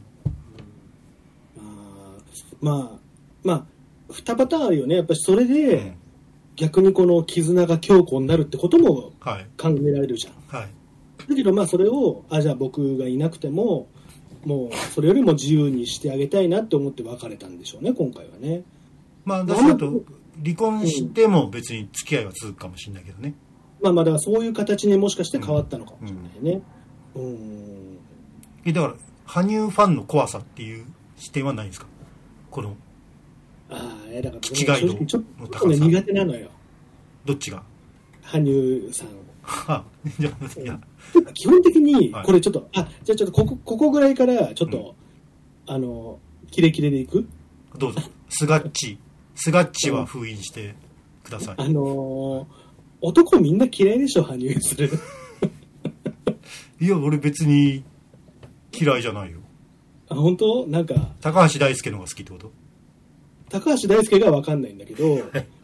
うん、まあまあにパターンあるよね。やっぱりそれで、うん、逆にこの絆が強固になるってことも考えられるじゃん、はいはい、だけどまあそれをあじゃあ僕がいなくてももうそれよりも自由にしてあげたいなって思って別れたんでしょうね今回はね。 まあだからと離婚しても別に付き合いは続くかもしれないけどね、 うん、まあまあだからそういう形にもしかして変わったのかもしれないね、うん、うんだから羽生ファンの怖さっていう視点はないんですか。このああ、だから気違いのちょっと、ね、苦手なのよ。 どっちが？ 羽生さん。 あ、じゃあいや基本的にこれちょっと、はい、あじゃあちょっとここここぐらいからちょっと、うん、あのキレキレでいく。 どうぞ。スガッチスガッチは封印してください。 あのー、男みんな嫌いでしょ羽生する。 いや俺別に嫌いじゃないよ。 あ本当？なんか高橋大輔の方が好きってこと？ 高橋大輔が分かんないんだけど、 はい、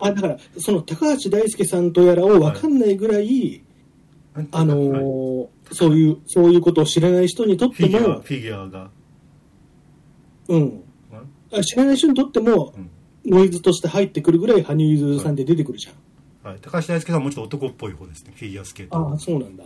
あ、だから、その高橋大輔さんとやらを分かんないぐらい、はい、あのーはい、そういう、そういうことを知らない人にとっても、フィギュアが。 うん。知らない人にとっても、うん、ノイズとして入ってくるぐらい羽生結弦さんって出てくるじゃん。 はいはい、高橋大輔さんはもうちょっと男っぽい方ですね、フィギュアスケート。 ああ、そうなんだ。はい、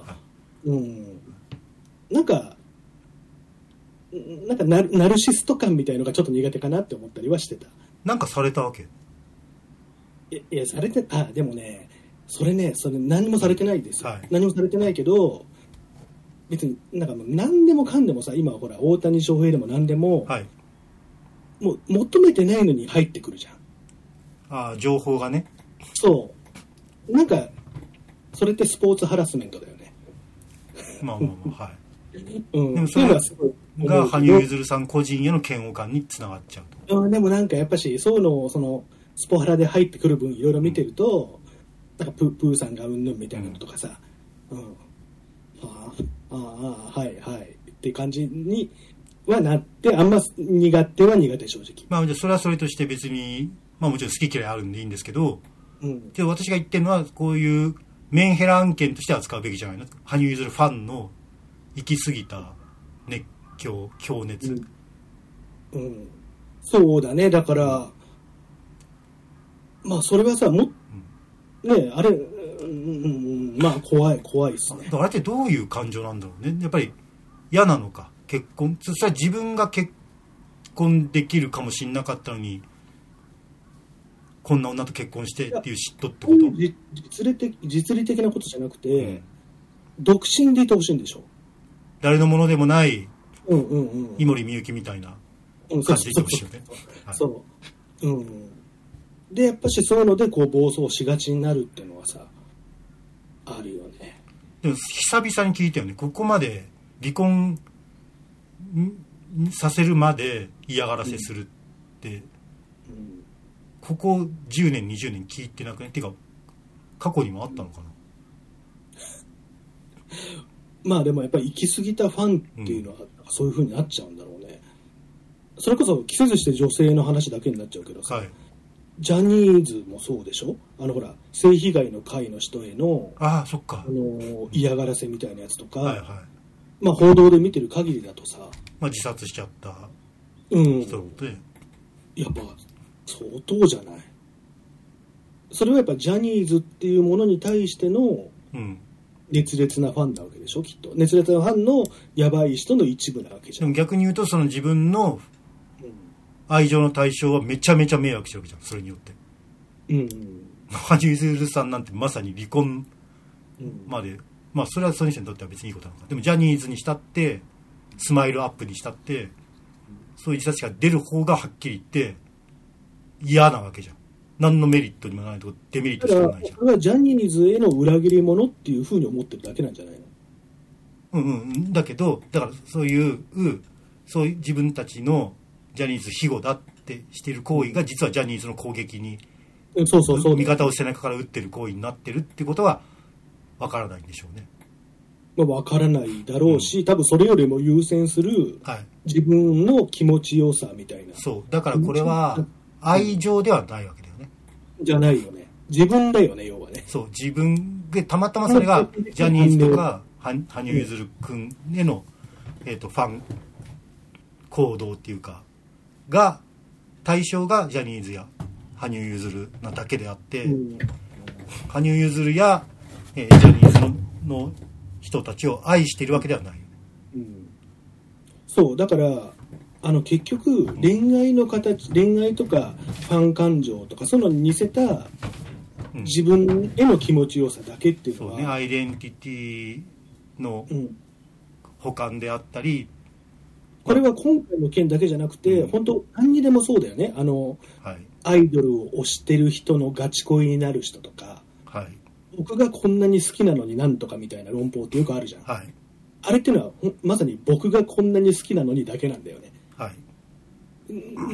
うん。なんか、なんかナル、ナルシスト感みたいのがちょっと苦手かなって思ったりはしてた。 なんかされたわけ？ いや、されて、あ、でもね、それね、それ何もされてないですよ。はい、何もされてないけど、別になんかもう何でもかんでもさ、今ほら、大谷翔平でも何でも、はい、もう求めてないのに入ってくるじゃん。 ああ、情報がね。 そう。なんか、それってスポーツハラスメントだよね。 まあまあまあ、はい。 うん、 でもそれが羽生結弦さん個人への嫌悪感につながっちゃうと。うん、でもなんかやっぱし、そういうのを、その、スポハラで入ってくる分いろいろ見てると、うん、なんかプー、プーさんがうんぬんみたいなのとかさ、うん。うん、ああ、ああ、はいはいって感じにはなって、あんま苦手は苦手正直。 まあじゃあそれはそれとして別に、まあもちろん好き嫌いあるんでいいんですけど、うん、で私が言ってるのはこういうメンヘラ案件として扱うべきじゃないの。羽生結弦ファンの行き過ぎた熱狂、強熱。 うん。うん、そうだね。だから、まあそれはさ、も、うん、ねあれ、うん、まあ怖い、怖いですね。 あれってどういう感情なんだろうね。やっぱり嫌なのか。結婚。そしたら自分が結婚できるかもしれなかったのに、こんな女と結婚してっていう嫉妬ってこと？ 実利的、実利的なことじゃなくて、うん、独身でいてほしいんでしょ。 誰のものでもない、 うんうんうん、 井森美幸みたいな感じでいてほしいよね。 そう。うん。で、やっぱしそういうので、こう、暴走しがちになるっていうのはさ、あるよね。 でも、久々に聞いたよね。ここまで離婚させるまで嫌がらせするって、うんうん、ここじゅうねん、にじゅうねん聞いてなくねっていうか、過去にもあったのかな。 まあでもやっぱり行き過ぎたファンっていうのは、そういう風になっちゃうんだろうね。それこそ着せずして女性の話だけになっちゃうけどさ、はい、ジャニーズもそうでしょ。あのほら性被害の会の人へのああそっかあの嫌がらせみたいなやつとか、 はいはい、 まあ報道で見てる限りだとさ、 まあ、自殺しちゃった人で、うん、 やっぱ相当じゃない。それはやっぱジャニーズっていうものに対しての熱烈なファンなわけでしょ、きっと。熱烈なファンのやばい人の一部なわけじゃん。 でも逆に言うとその自分の愛情の対象はめちゃめちゃ迷惑してるわけじゃん、それによって。うん。羽生結弦さんなんてまさに離婚まで、うん、まあそれはその人にとっては別にいいことなのか。でもジャニーズにしたって、スマイルアップにしたって、そういう自殺者が出る方がはっきり言って嫌なわけじゃん。何のメリットにもないとこデメリットしかないじゃん。 これはジャニーズへの裏切り者っていうふうに思ってるだけなんじゃないの？ うんうん。だけど、だからそういう、そういう自分たちのジャニーズ庇護だってしている行為が実はジャニーズの攻撃に、 そうそうそう。 味方を背中から撃ってる行為になってるってことはわからないんでしょうね。 まあ、わからないだろうし、うん、多分それよりも優先する自分の気持ちよさみたいな。 そう。だからこれは愛情ではないわけだよね。 じゃないよね。自分だよね、要はね。 そう。自分でたまたまそれがジャニーズとか羽生結弦君への、えーと、ファン行動っていうかが対象がジャニーズや羽生結弦なだけであって、うん、羽生結弦や、えー、ジャニーズ の, の人たちを愛しているわけではない、 うん、そうだからあの結局恋愛の形、恋愛とかファン感情とかその似せた自分への気持ちよさだけっていうのは、 そうね、アイデンティティの補完であったり、 これは今回の件だけじゃなくて、うん、本当何にでもそうだよね。あの、はい、アイドルを推してる人のガチ恋になる人とか、はい、僕がこんなに好きなのになんとかみたいな論法ってよくあるじゃん、はい、あれっていうのはまさに僕がこんなに好きなのにだけなんだよね、はい、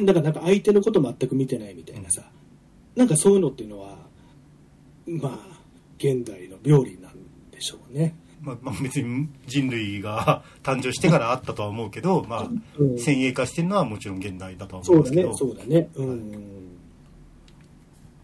だからなんか相手のこと全く見てないみたいなさ、うん、なんかそういうのっていうのはまあ現代の病理なんでしょうね。 まあ、まあ別に人類が誕生してからあったとは思うけど、まあ、先鋭化してるのはもちろん現代だとは思うんですけど。 そうだね、そうだね。うん。はい